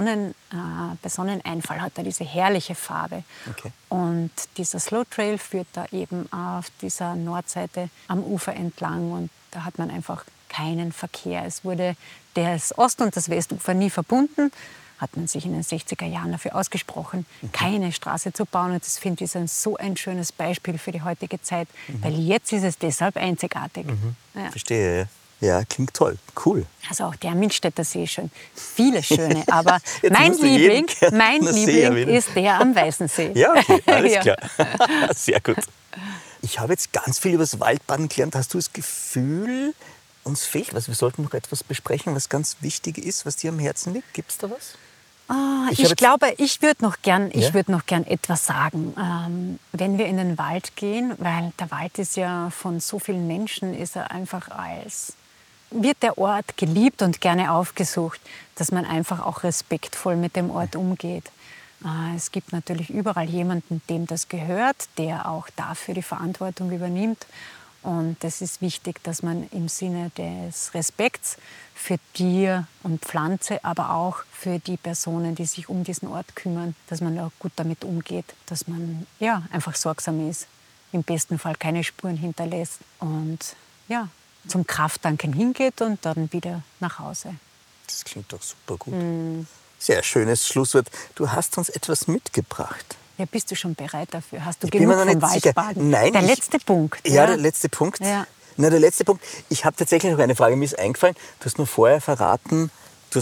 Sonneneinfall hat er diese herrliche Farbe. Okay. Und dieser Slow Trail führt da eben auf dieser Nordseite am Ufer entlang und da hat man einfach keinen Verkehr. Es wurde das Ost- und das Westufer nie verbunden. Hat man sich in den 60er Jahren dafür ausgesprochen, keine Straße zu bauen. Und das finde ich so ein schönes Beispiel für die heutige Zeit, weil jetzt ist es deshalb einzigartig. Ja. Verstehe. Ja, klingt toll. Cool. Also auch der Milstädter See ist schön. Viele schöne, aber Jetzt mein musst du jeden Liebling See erwähnen. ist der am Weißensee. Ja, okay, alles Ja. klar. Sehr gut. Ich habe jetzt ganz viel über das Waldbaden gelernt. Hast du das Gefühl, uns fehlt was? Wir sollten noch etwas besprechen, was ganz wichtig ist, was dir am Herzen liegt. Gibt es da was? Ich glaube, ich würde noch gern etwas sagen, wenn wir in den Wald gehen, weil der Wald ist ja von so vielen Menschen, ist er einfach wird der Ort geliebt und gerne aufgesucht, dass man einfach auch respektvoll mit dem Ort umgeht. Es gibt natürlich überall jemanden, dem das gehört, der auch dafür die Verantwortung übernimmt. Und es ist wichtig, dass man im Sinne des Respekts für Tier und Pflanze, aber auch für die Personen, die sich um diesen Ort kümmern, dass man auch gut damit umgeht, dass man ja, einfach sorgsam ist, im besten Fall keine Spuren hinterlässt und ja, zum Krafttanken hingeht und dann wieder nach Hause. Das klingt doch super gut. Sehr schönes Schlusswort. Du hast uns etwas mitgebracht. Ja, bist du schon bereit dafür? Hast du Ich bin mir genug noch vom nicht sicher. Waldbaden? Nein, der letzte Punkt. Ja, der letzte Punkt. Ja. Na, der letzte Punkt. Ich habe tatsächlich noch eine Frage, mir ist eingefallen. Du hast mir vorher verraten,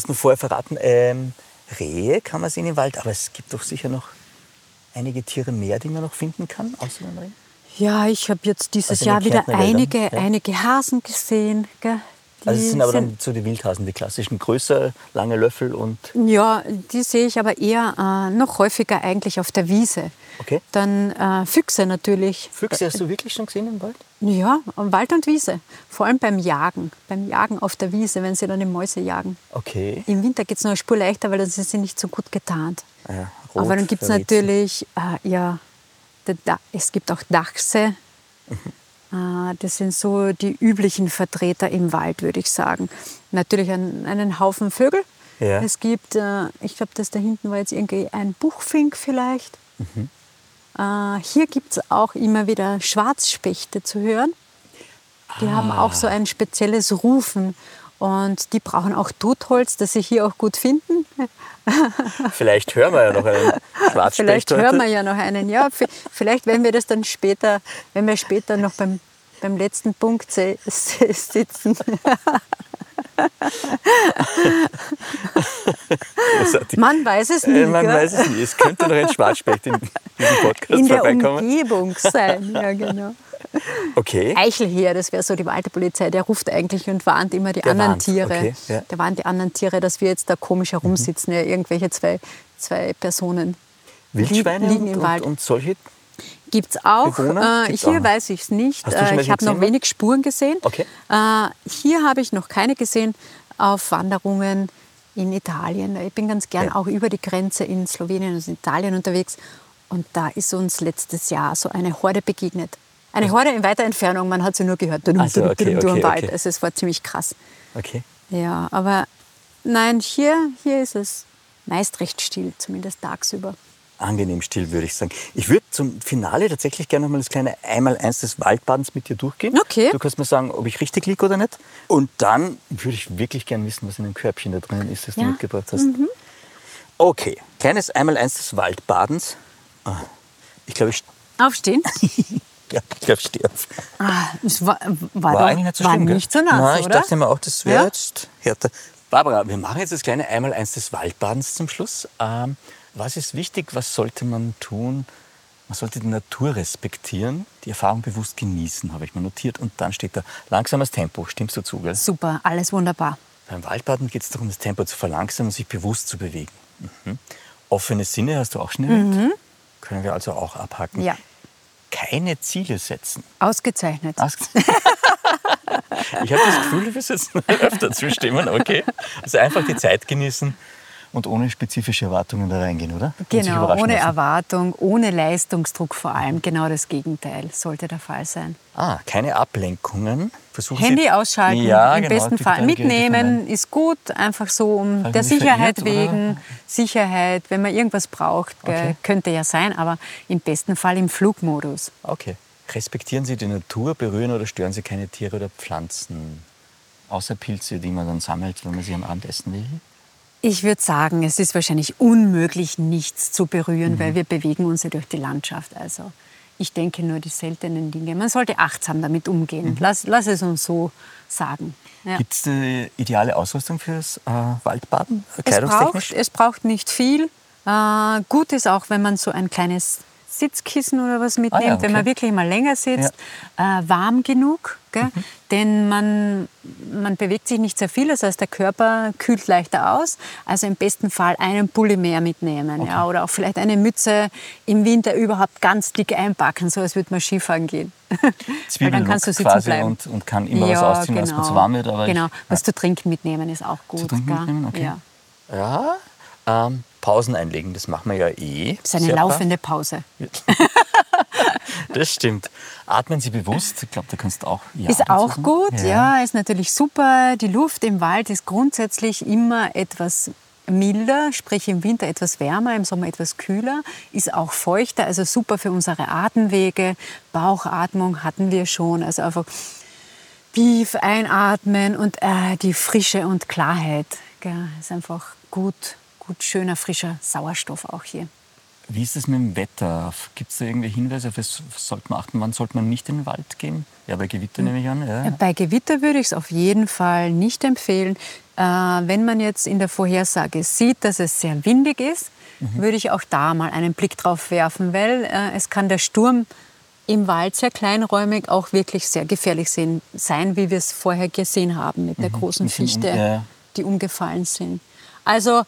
Rehe kann man sehen im Wald, aber es gibt doch sicher noch einige Tiere mehr, die man noch finden kann, außer den Rehen. Ja, ich habe jetzt dieses Also in Jahr den wieder Kärntner Wäldern, einige Hasen gesehen. Gell? Also es sind aber dann so die Wildhasen, die klassischen, größer, lange Löffel und... Ja, die sehe ich aber eher noch häufiger eigentlich auf der Wiese. Okay. Dann Füchse natürlich. Füchse hast du wirklich schon gesehen im Wald? Ja, Wald und Wiese. Vor allem beim Jagen auf der Wiese, wenn sie dann die Mäuse jagen. Okay. Im Winter geht es noch eine Spur leichter, weil dann sind sie nicht so gut getarnt. Ja, aber dann gibt es natürlich, es gibt auch Dachse. Das sind so die üblichen Vertreter im Wald, würde ich sagen. Natürlich einen Haufen Vögel. Ja. Es gibt, ich glaube, das da hinten war jetzt irgendwie ein Buchfink vielleicht. Hier gibt es auch immer wieder Schwarzspechte zu hören. Die haben auch so ein spezielles Rufen. Und die brauchen auch Totholz, das sie hier auch gut finden. Vielleicht hören wir ja noch einen Schwarzspecht. Vielleicht hören wir ja noch einen. Ja, vielleicht, wenn wir das dann später, noch beim letzten Punkt sitzen. Man weiß es nie. Man weiß es nie. Es könnte noch ein Schwarzspecht in diesem Podcast in der vorbeikommen. Umgebung sein, ja genau. Okay. Eichel das wäre so die Waldpolizei, der ruft eigentlich und warnt immer die anderen Tiere. Okay, ja. Der warnt die anderen Tiere, dass wir jetzt da komisch herumsitzen, ja, irgendwelche zwei Personen Wildschweine liegen im Wald. Und solche? Gibt es auch. Bewohner? Hier weiß ich es nicht. Hast du schon ich habe noch wenig Spuren gesehen. Okay. Hier habe ich noch keine gesehen auf Wanderungen in Italien. Ich bin ganz gern auch über die Grenze in Slowenien und in Italien unterwegs. Und da ist uns letztes Jahr so eine Horde begegnet. Eine Horde in weiter Entfernung, man hat sie nur gehört. Durch den Wald. Okay. Also es war ziemlich krass. Okay. Ja, aber nein, hier ist es meist recht still, zumindest tagsüber. Angenehm still, würde ich sagen. Ich würde zum Finale tatsächlich gerne noch mal das kleine Einmaleins des Waldbadens mit dir durchgehen. Okay. Du kannst mir sagen, ob ich richtig liege oder nicht. Und dann würde ich wirklich gerne wissen, was in dem Körbchen da drinnen ist, das du mitgebracht hast. Okay, kleines Einmaleins des Waldbadens. Ich glaube, Aufstehen? ja, ich glaube, ich stehe auf. Es war eigentlich nicht so schlimm, gell? nicht so nass, Nein, ich oder? dachte mir auch, das wäre jetzt härter. Barbara, wir machen jetzt das kleine Einmaleins des Waldbadens zum Schluss. Was ist wichtig? Was sollte man tun? Man sollte die Natur respektieren, die Erfahrung bewusst genießen, habe ich mir notiert. Und dann steht da langsames Tempo. Stimmst du zu, gell? Super, alles wunderbar. Beim Waldbaden geht es darum, das Tempo zu verlangsamen und sich bewusst zu bewegen. Offene Sinne hast du auch schon erwähnt. Können wir also auch abhaken. Ja. Keine Ziele setzen. Ausgezeichnet. Ich habe das Gefühl, du wirst jetzt öfter zustimmen, okay? Also einfach die Zeit genießen und ohne spezifische Erwartungen da reingehen, oder? Genau, ohne Erwartung, ohne Leistungsdruck vor allem. Genau das Gegenteil sollte der Fall sein. Keine Ablenkungen. Handy ausschalten, im besten Fall. Mitnehmen ist gut, einfach so um der Sicherheit wegen. Sicherheit, wenn man irgendwas braucht, könnte ja sein, aber im besten Fall im Flugmodus. Okay. Respektieren Sie die Natur, berühren oder stören Sie keine Tiere oder Pflanzen? Außer Pilze, die man dann sammelt, wenn man sie am Abend essen will? Ich würde sagen, es ist wahrscheinlich unmöglich, nichts zu berühren, weil wir bewegen uns ja durch die Landschaft. Also Ich denke nur die seltenen Dinge. Man sollte achtsam damit umgehen. Lass es uns so sagen. Ja. Gibt es eine ideale Ausrüstung fürs Waldbaden? Es braucht nicht viel. Gut ist auch, wenn man so ein kleines Sitzkissen oder was mitnimmt, wenn man wirklich mal länger sitzt, warm genug, gell? Denn man bewegt sich nicht sehr viel, das heißt, der Körper kühlt leichter aus. Also im besten Fall einen Pulli mehr mitnehmen, ja? Oder auch vielleicht eine Mütze im Winter überhaupt ganz dick einpacken, so als würde man Skifahren gehen. Weil dann kannst du sitzen bleiben. Und kann immer was ausziehen, als man zu warm wird. Aber was zu trinken mitnehmen ist auch gut. Zu trinken mitnehmen? Okay. Ja. Pausen einlegen, das machen wir ja eh. Das ist eine laufende Pause. Das stimmt. Atmen Sie bewusst. Ich glaube, da kannst du auch ist auch gut, ist natürlich super. Die Luft im Wald ist grundsätzlich immer etwas milder, sprich im Winter etwas wärmer, im Sommer etwas kühler, ist auch feuchter, also super für unsere Atemwege. Bauchatmung hatten wir schon, also einfach tief einatmen und die Frische und Klarheit. Gell, ist einfach gut, schöner, frischer Sauerstoff auch hier. Wie ist es mit dem Wetter? Gibt es da irgendwelche Hinweise, auf was sollte man achten? Wann sollte man nicht in den Wald gehen? Ja, bei Gewitter nehme ich an. Ja. Bei Gewitter würde ich es auf jeden Fall nicht empfehlen. Wenn man jetzt in der Vorhersage sieht, dass es sehr windig ist, würde ich auch da mal einen Blick drauf werfen, weil es kann der Sturm im Wald sehr kleinräumig auch wirklich sehr gefährlich sein, wie wir es vorher gesehen haben mit der großen Fichte, die umgefallen sind. Also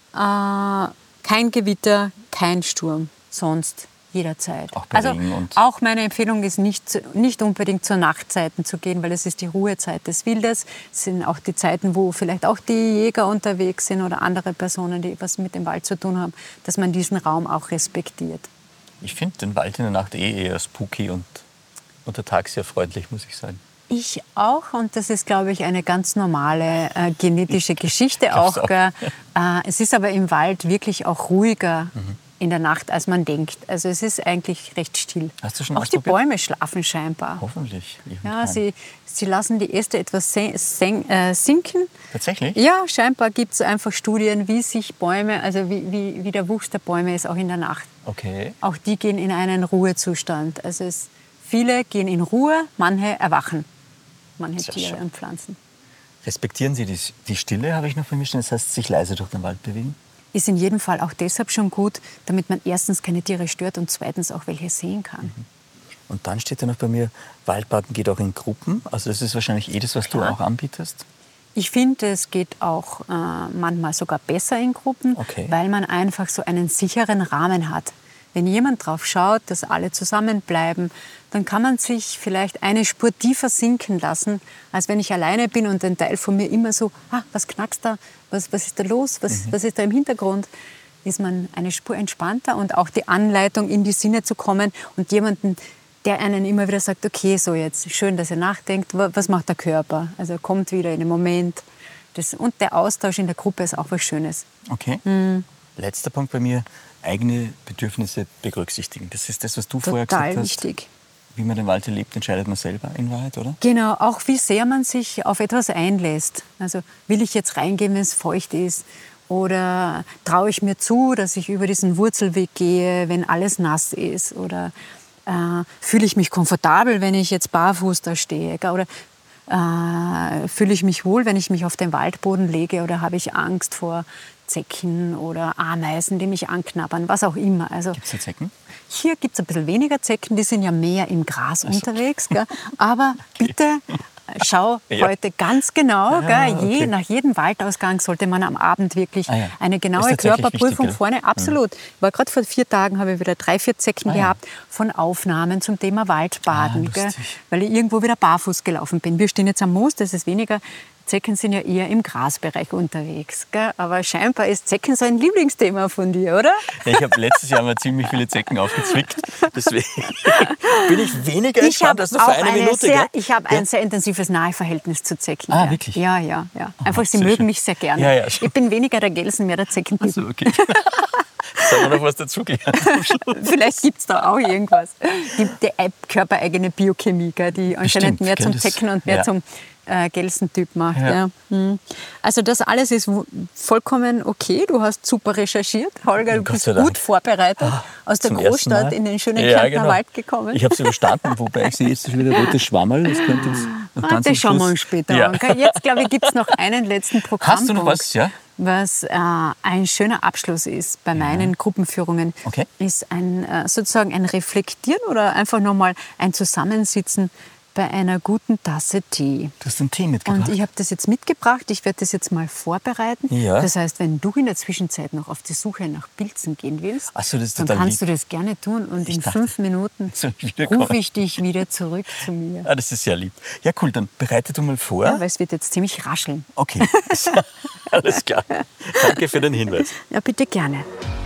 kein Gewitter, kein Sturm, sonst jederzeit. Auch bei Regen und auch meine Empfehlung ist nicht unbedingt zur Nachtzeiten zu gehen, weil es ist die Ruhezeit des Wildes. Es sind auch die Zeiten, wo vielleicht auch die Jäger unterwegs sind oder andere Personen, die was mit dem Wald zu tun haben, dass man diesen Raum auch respektiert. Ich finde den Wald in der Nacht eher spooky und unter Tag sehr freundlich, muss ich sagen. Ich auch, und das ist, glaube ich, eine ganz normale genetische Geschichte auch. Es ist aber im Wald wirklich auch ruhiger in der Nacht, als man denkt. Also es ist eigentlich recht still. Hast du schon auch die Bäume schlafen scheinbar. Hoffentlich. Ja, sie lassen die Äste etwas sinken. Tatsächlich? Ja, scheinbar gibt es einfach Studien, wie sich Bäume, also wie der Wuchs der Bäume ist auch in der Nacht. Okay. Auch die gehen in einen Ruhezustand. Also viele gehen in Ruhe, manche erwachen. Manche Tiere und Pflanzen. Respektieren Sie die Stille, habe ich noch vermischt. Das heißt, sich leise durch den Wald bewegen? Ist in jedem Fall auch deshalb schon gut, damit man erstens keine Tiere stört und zweitens auch welche sehen kann. Und dann steht da noch bei mir, Waldbaden geht auch in Gruppen. Also das ist wahrscheinlich das, was du auch anbietest. Ich finde, es geht auch manchmal sogar besser in Gruppen, weil man einfach so einen sicheren Rahmen hat. Wenn jemand drauf schaut, dass alle zusammenbleiben, dann kann man sich vielleicht eine Spur tiefer sinken lassen, als wenn ich alleine bin und ein Teil von mir immer so, was knackst da, was ist da los, was ist da im Hintergrund, ist man eine Spur entspannter und auch die Anleitung in die Sinne zu kommen und jemanden, der einen immer wieder sagt, okay, so jetzt, schön, dass ihr nachdenkt, was macht der Körper? Also kommt wieder in den Moment. Und der Austausch in der Gruppe ist auch was Schönes. Okay. Letzter Punkt bei mir, eigene Bedürfnisse berücksichtigen. Das ist das, was du vorher gesagt hast. Total wichtig. Wie man den Wald erlebt, entscheidet man selber in Wahrheit, oder? Genau, auch wie sehr man sich auf etwas einlässt. Also will ich jetzt reingehen, wenn es feucht ist? Oder traue ich mir zu, dass ich über diesen Wurzelweg gehe, wenn alles nass ist? Oder fühle ich mich komfortabel, wenn ich jetzt barfuß da stehe? Oder fühle ich mich wohl, wenn ich mich auf den Waldboden lege? Oder habe ich Angst vor Zecken oder Ameisen, die mich anknabbern, was auch immer. Also, gibt es da Zecken? Hier gibt es ein bisschen weniger Zecken, die sind ja mehr im Gras unterwegs. Gell? Aber bitte schau heute ganz genau. Gell? Nach jedem Waldausgang sollte man am Abend wirklich eine genaue Körperprüfung vorne. Absolut. Ich war gerade vor 4 Tagen, habe ich wieder 3-4 Zecken gehabt von Aufnahmen zum Thema Waldbaden. Gell? Weil ich irgendwo wieder barfuß gelaufen bin. Wir stehen jetzt am Moos, das ist weniger. Zecken sind ja eher im Grasbereich unterwegs. Gell? Aber scheinbar ist Zecken so ein Lieblingsthema von dir, oder? Ja, ich habe letztes Jahr mal ziemlich viele Zecken aufgezwickt. Deswegen bin ich weniger entspannt als du vor einer Minute. Ich habe ein sehr intensives Naheverhältnis zu Zecken. Wirklich? Ja. Einfach, sie mögen mich sehr gerne. Ja, ich bin weniger der Gelsen, mehr der Zecken. Ach so, okay. Sollen wir noch was dazugelernt? Vielleicht gibt es da auch irgendwas. Die körpereigene Biochemie, gell, die anscheinend mehr zum Zecken und mehr zum Gelsentyp macht. Ja. Ja. Also das alles ist vollkommen okay. Du hast super recherchiert, Holger. Du Gott bist sei Dank. gut vorbereitet, aus der Zum ersten Großstadt Mal. in den schönen Ja, Kärntner genau. Wald gekommen. Ich habe es überstanden, wobei ich sehe jetzt schon wieder rotes Schwammerl. Das könnte jetzt noch ganz am Das schauen wir Schluss- uns später Ja. an. Okay, jetzt, glaube ich, gibt es noch einen letzten Programmpunkt. Hast du noch was? Ja? Was ein schöner Abschluss ist bei meinen Gruppenführungen, Okay. ist sozusagen ein Reflektieren oder einfach nochmal ein Zusammensitzen bei einer guten Tasse Tee. Du hast einen Tee mitgebracht. Und ich habe das jetzt mitgebracht. Ich werde das jetzt mal vorbereiten. Ja. Das heißt, wenn du in der Zwischenzeit noch auf die Suche nach Pilzen gehen willst, Ach so, das ist dann total kannst lieb. du das gerne tun. Und in dachte, 5 Minuten soll ich wiederkommen? rufe ich dich wieder zurück zu mir. Ah, das ist sehr lieb. Ja, cool, dann bereite du mal vor. Ja, weil es wird jetzt ziemlich rascheln. Okay, alles klar. Danke für den Hinweis. Ja, bitte gerne.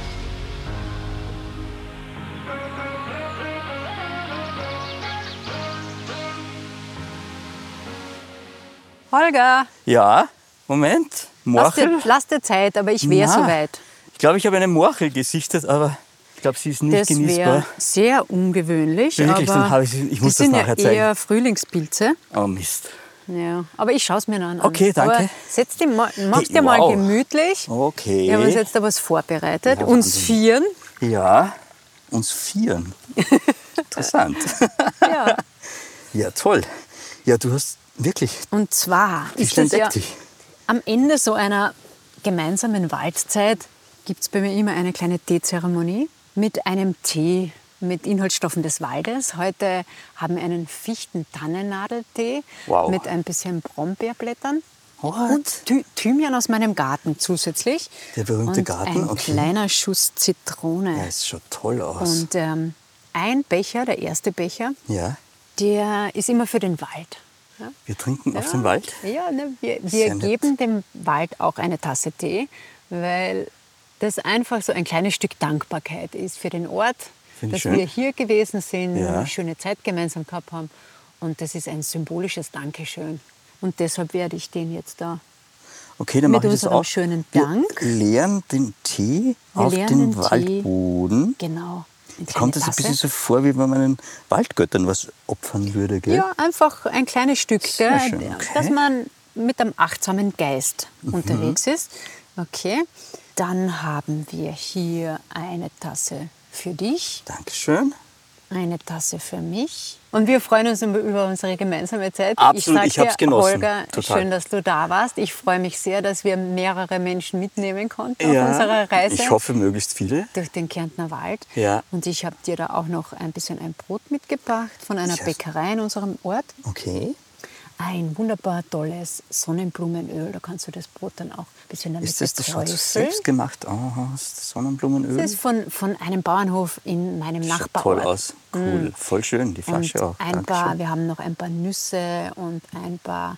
Holger, Ja, Moment. Morchel. lass dir Zeit, aber ich wäre Na, soweit. Ich glaube, ich habe eine Morchel gesichtet, aber ich glaube, sie ist nicht Das genießbar. wäre sehr ungewöhnlich, Wirklich, aber dann habe ich muss das sind das nachher ja zeigen. eher Frühlingspilze. Oh Mist. Ja, aber ich schaue es mir noch an. Okay, danke. Aber mach's Hey, dir mal wow. gemütlich. Okay. Wir haben uns jetzt da was vorbereitet. Ja, Uns Wahnsinn. vieren. Ja, uns vieren. Interessant. Ja. Ja, toll. Ja, du hast wirklich Und zwar ist schnell das ja entdeckt dich. am Ende so einer gemeinsamen Waldzeit gibt es bei mir immer eine kleine Teezeremonie mit einem Tee mit Inhaltsstoffen des Waldes. Heute haben wir einen Fichten-Tannennadeltee Wow. mit ein bisschen Brombeerblättern. What? Und Thymian aus meinem Garten zusätzlich. Der berühmte und Garten, ein okay. kleiner Schuss Zitrone. Ja, es schaut toll aus. Und ein Becher, der erste Becher, Ja, der ist immer für den Wald. wir trinken auf den Wald. Ja, ne, wir Sehr nett. geben dem Wald auch eine Tasse Tee, weil das einfach so ein kleines Stück Dankbarkeit ist für den Ort, Finde ich dass schön. wir hier gewesen sind, Ja. eine schöne Zeit gemeinsam gehabt haben. Und das ist ein symbolisches Dankeschön. Und deshalb werde ich den jetzt da. Okay, dann Mit mache ich das unserem auch. schönen Wir Dank. leeren den Tee Wir auf leeren den den Tee. Waldboden. Genau. Eine kleine Kommt es ein Tasse. bisschen so vor, wie wenn man den Waldgöttern was opfern würde, gell? Ja, einfach ein kleines Stück, Sehr gell, schön, okay. dass man mit einem achtsamen Geist Mhm. unterwegs ist. Okay, dann haben wir hier eine Tasse für dich, Dankeschön. eine Tasse für mich. Und wir freuen uns über unsere gemeinsame Zeit. Absolut, ich sag hab's dir, genossen. Holger, Total. schön, dass du da warst. Ich freue mich sehr, dass wir mehrere Menschen mitnehmen konnten auf unserer Reise. ich hoffe, möglichst viele. Durch den Kärntner Wald. Ja. Und ich habe dir da auch noch ein bisschen ein Brot mitgebracht von einer Ja. Bäckerei in unserem Ort. Okay. Ein wunderbar tolles Sonnenblumenöl. Da kannst du das Brot dann auch ein bisschen damit Ist das schaut so beträufeln. selbst gemacht aus? Sonnenblumenöl? Das ist von einem Bauernhof in meinem Schaut Nachbarort. toll aus. Cool. Voll schön, die Flasche Und auch. wir haben noch ein paar Nüsse und ein paar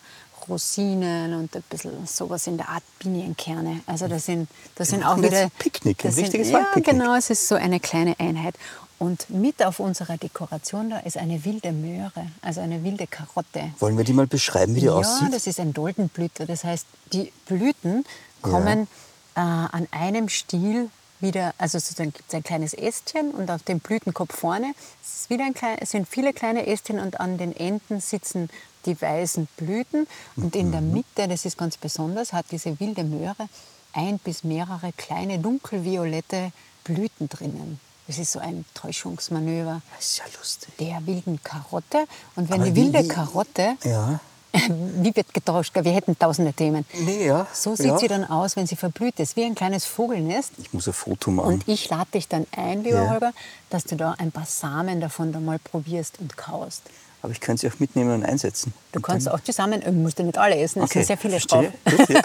Rosinen und ein bisschen sowas in der Art Pinienkerne. Also das sind auch machen jetzt wieder... ein Picknick, ein das sind- richtiges Ja, Waldpicknick. genau, es ist so eine kleine Einheit. Und mit auf unserer Dekoration da ist eine wilde Möhre, also eine wilde Karotte. Wollen wir die mal beschreiben, wie die Ja, aussieht? das ist ein Doldenblüter. Das heißt, die Blüten kommen an einem Stiel wieder, also sozusagen gibt es ein kleines Ästchen und auf dem Blütenkopf vorne es ist wieder es sind viele kleine Ästchen und an den Enden sitzen die weißen Blüten. Und in der Mitte, das ist ganz besonders, hat diese wilde Möhre ein bis mehrere kleine dunkelviolette Blüten drinnen. Das ist so ein Täuschungsmanöver Das ist ja lustig. der wilden Karotte. Und wenn Aber die wie- wilde wie- Karotte, Ja. wie wird getauscht? Wir hätten tausende Themen. Nee, ja. So sieht ja. sie dann aus, wenn sie verblüht ist, wie ein kleines Vogelnest. Ich muss ein Foto machen. Und ich lade dich dann ein, lieber Ja. Holger, dass du da ein paar Samen davon dann mal probierst und kaust. Aber ich könnte sie auch mitnehmen und einsetzen. Du kannst auch die Samen, musst du nicht alle essen, es sind sehr viele drauf. verstehe. Gut, ja.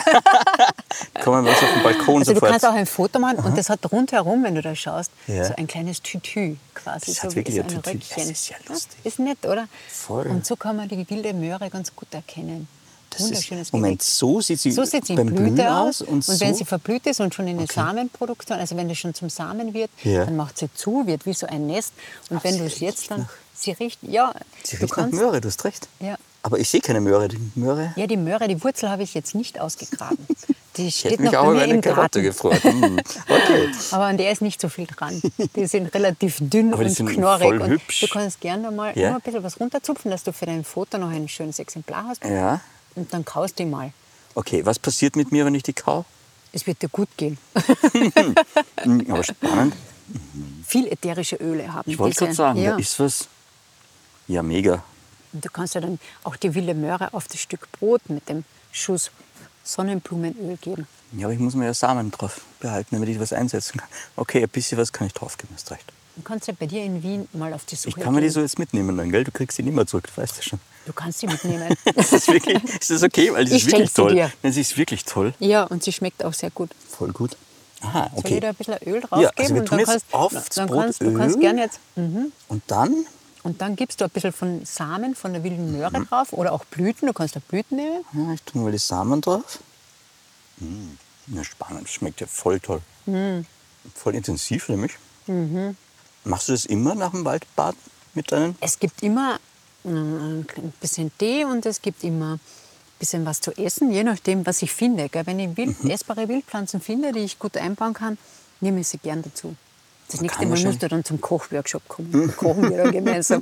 Kommen wir uns auf den Balkon Also du sofort. kannst auch ein Foto machen und das hat rundherum, wenn du da schaust, Ja. so ein kleines Tütü quasi. Das hat so wirklich wie ein so ein Tütü. Röckchen. Das ist ja lustig. Ist nett, oder? Voll. Und so kann man die wilde Möhre ganz gut erkennen. Das Wunderschönes ist, Moment, Gewächs. so sieht sie, So sieht sie beim in Blüte Blühen aus. und so? wenn sie verblüht ist und schon in der Okay. Samenproduktion, also wenn das schon zum Samen wird, Ja. dann macht sie zu, wird wie so ein Nest. Und wenn sie du es jetzt riecht dann, nach- sie riecht, ja, Sie du riecht nach kannst, Möhre, du hast recht. ja. Aber ich sehe keine Möhre. Die Möhre, Ja, die Möhre, die Wurzel habe ich jetzt nicht ausgegraben. Die ich hätte steht mich noch auch bei über mir eine im Karotte Garten. gefreut. Okay. Aber an der ist nicht so viel dran. Die sind relativ dünn Aber die und sind knorrig. voll und hübsch. du kannst gerne mal Ja. nur ein bisschen was runterzupfen, dass du für dein Foto noch ein schönes Exemplar hast. Ja. und dann kaust du die mal. Okay, was passiert mit mir, wenn ich die kau? Es wird dir gut gehen. Aber spannend. Viel ätherische Öle haben Ich wollte gerade sagen, ja. da ist was. Ja, mega. Und du kannst ja dann auch die wilde Möhre auf das Stück Brot mit dem Schuss Sonnenblumenöl geben. Ja, aber ich muss mir ja Samen drauf behalten, damit ich was einsetzen kann. Okay, ein bisschen was kann ich drauf geben, hast recht. Du kannst ja bei dir in Wien mal auf die Suche Ich kann mir die gehen. so jetzt mitnehmen dann, gell? Du kriegst sie nicht mehr zurück, du weißt ja schon. Du kannst sie mitnehmen. Ist das okay? Weil sie Ich ist wirklich schenk sie toll. dir. Nein, sie ist wirklich toll. Ja, und sie schmeckt auch sehr gut. Voll gut. Aha, Soll ich okay. da ein bisschen Öl draufgeben? Ja, also wir und tun dann jetzt kannst, auf dann das kannst, Brot du kannst Öl. gerne jetzt. Und dann? Und dann gibst du ein bisschen von Samen von der wilden Möhre Mhm. drauf oder auch Blüten. Du kannst da Blüten nehmen. Ja, ich tue mal die Samen drauf. Ja, spannend, das schmeckt ja voll toll. Voll intensiv nämlich. Machst du das immer nach dem Waldbad mit deinen? Es gibt immer ein bisschen Tee und es gibt immer ein bisschen was zu essen, je nachdem, was ich finde. Gell? Wenn ich essbare Wildpflanzen finde, die ich gut einbauen kann, nehme ich sie gern dazu. Das nächste Mal musst du dann zum Kochworkshop kommen. Da kochen wir dann gemeinsam.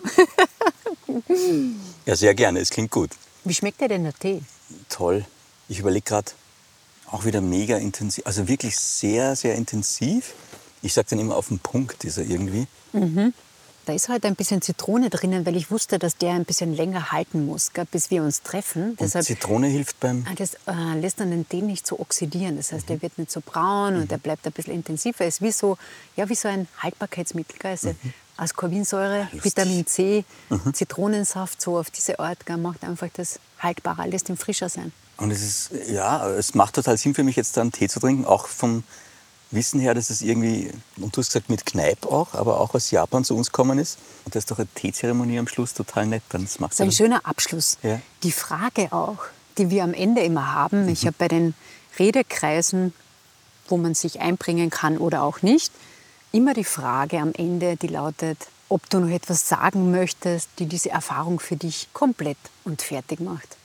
Ja, sehr gerne, es klingt gut. Wie schmeckt dir denn der Tee? Toll. Ich überlege gerade, auch wieder mega intensiv, also wirklich sehr, sehr intensiv. Ich sage dann immer auf den Punkt, ist er irgendwie. Da ist halt ein bisschen Zitrone drinnen, weil ich wusste, dass der ein bisschen länger halten muss, gell, bis wir uns treffen. Und Deshalb, Zitrone hilft beim... das lässt dann den Tee nicht so oxidieren. Das heißt, der wird nicht so braun und der bleibt ein bisschen intensiver. Es ist wie so ein Haltbarkeitsmittel. Gell. Also Ascorbinsäure, Lustig. Vitamin C, Zitronensaft, so auf diese Art, gell, macht einfach das haltbarer, lässt ihn frischer sein. Und es ist, ja, es macht total Sinn für mich, jetzt dann Tee zu trinken, auch vom Wissen her, dass es irgendwie, und du hast gesagt mit Kneipp auch, aber auch aus Japan zu uns gekommen ist. Und das ist doch eine Teezeremonie am Schluss total nett. Das macht Das ist ein schöner Abschluss. Ja. Die Frage auch, die wir am Ende immer haben, ich habe bei den Redekreisen, wo man sich einbringen kann oder auch nicht, immer die Frage am Ende, die lautet, ob du noch etwas sagen möchtest, die diese Erfahrung für dich komplett und fertig macht.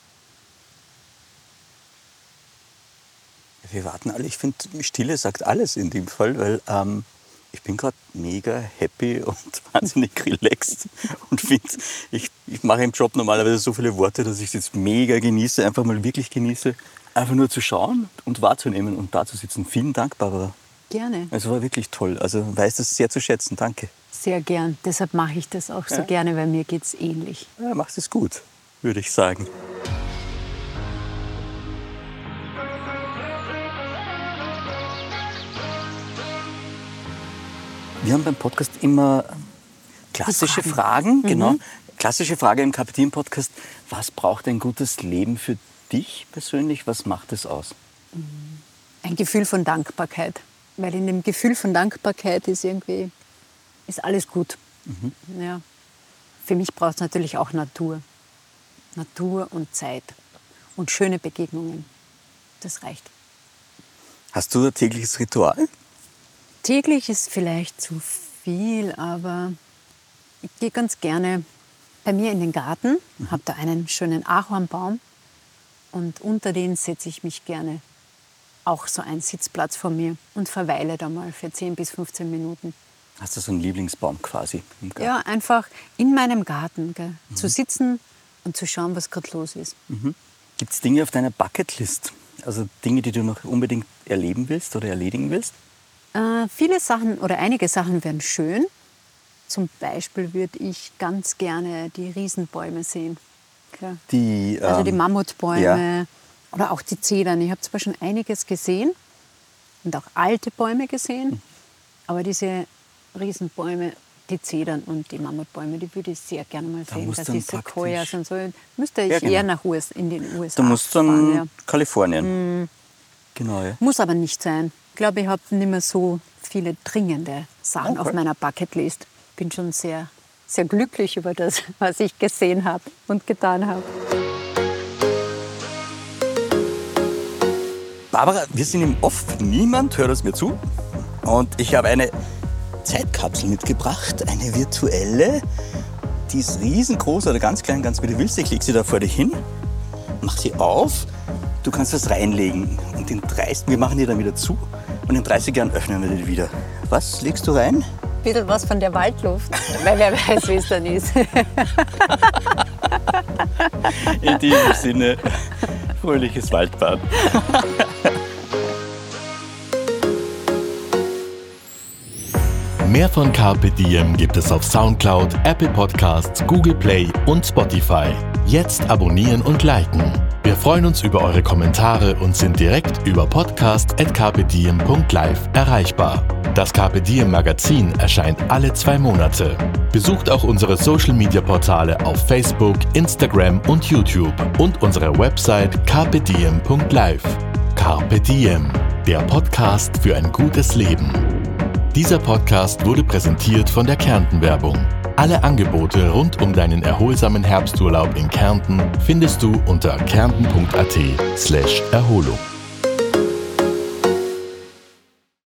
Wir warten alle. Ich finde, Stille sagt alles in dem Fall, weil ich bin gerade mega happy und wahnsinnig relaxed und finde, ich mache im Job normalerweise so viele Worte, dass ich es jetzt mega genieße, einfach mal wirklich genieße, einfach nur zu schauen und wahrzunehmen und da zu sitzen. Vielen Dank, Barbara. Gerne. Es war wirklich toll. Also weiß das sehr zu schätzen. Danke. Sehr gern. Deshalb mache ich das auch so gerne, weil mir geht es ähnlich. Ja, macht es gut, würde ich sagen. Wir haben beim Podcast immer klassische Fragen. Genau. Klassische Frage im Carpe Diem Podcast. Was braucht ein gutes Leben für dich persönlich? Was macht es aus? Ein Gefühl von Dankbarkeit. Weil in dem Gefühl von Dankbarkeit ist alles gut. Ja. Für mich braucht es natürlich auch Natur. Natur und Zeit. Und schöne Begegnungen. Das reicht. Hast du ein tägliches Ritual? Täglich ist vielleicht zu viel, aber ich gehe ganz gerne bei mir in den Garten, habe da einen schönen Ahornbaum und unter den setze ich mich gerne auch so einen Sitzplatz vor mir und verweile da mal für 10 bis 15 Minuten. Hast du so einen Lieblingsbaum quasi im Garten? Ja, einfach in meinem Garten zu sitzen und zu schauen, was gerade los ist. Gibt es Dinge auf deiner Bucketlist? Also Dinge, die du noch unbedingt erleben willst oder erledigen willst? Viele Sachen oder einige Sachen wären schön. Zum Beispiel würde ich ganz gerne die Riesenbäume sehen. Klar. Also die Mammutbäume oder auch die Zedern. Ich habe zwar schon einiges gesehen und auch alte Bäume gesehen, aber diese Riesenbäume, die Zedern und die Mammutbäume, die würde ich sehr gerne mal sehen. musst Das dann ist praktisch- Sequoias und so. Müsste ich genau. eher in den USA Du musst dann fahren. Ja. Kalifornien. Genau, ja. Muss aber nicht sein. Ich glaube, ich habe nicht mehr so viele dringende Sachen auf meiner Bucketlist. Bin schon sehr, sehr glücklich über das, was ich gesehen habe und getan habe. Barbara, wir sind im Off. Niemand hört es mir zu. Und ich habe eine Zeitkapsel mitgebracht, eine virtuelle. Die ist riesengroß oder ganz klein, ganz wie du willst. Ich lege sie da vor dir hin, mach sie auf. Du kannst das reinlegen. Und wir machen die dann wieder zu. Und in 30 Jahren öffnen wir die wieder. Was legst du rein? Ein bisschen was von der Waldluft, weil wer weiß, wie es dann ist. In diesem Sinne, Fröhliches Waldbad. Mehr von Carpe Diem gibt es auf Soundcloud, Apple Podcasts, Google Play und Spotify. Jetzt abonnieren und liken. Wir freuen uns über eure Kommentare und sind direkt über podcast@carpediem.live erreichbar. Das Carpe Diem Magazin erscheint alle 2 Monate. Besucht auch unsere Social-Media-Portale auf Facebook, Instagram und YouTube und unsere Website carpediem.live. Carpe Diem, der Podcast für ein gutes Leben. Dieser Podcast wurde präsentiert von der Kärnten-Werbung. Alle Angebote rund um deinen erholsamen Herbsturlaub in Kärnten findest du unter kärnten.at/Erholung.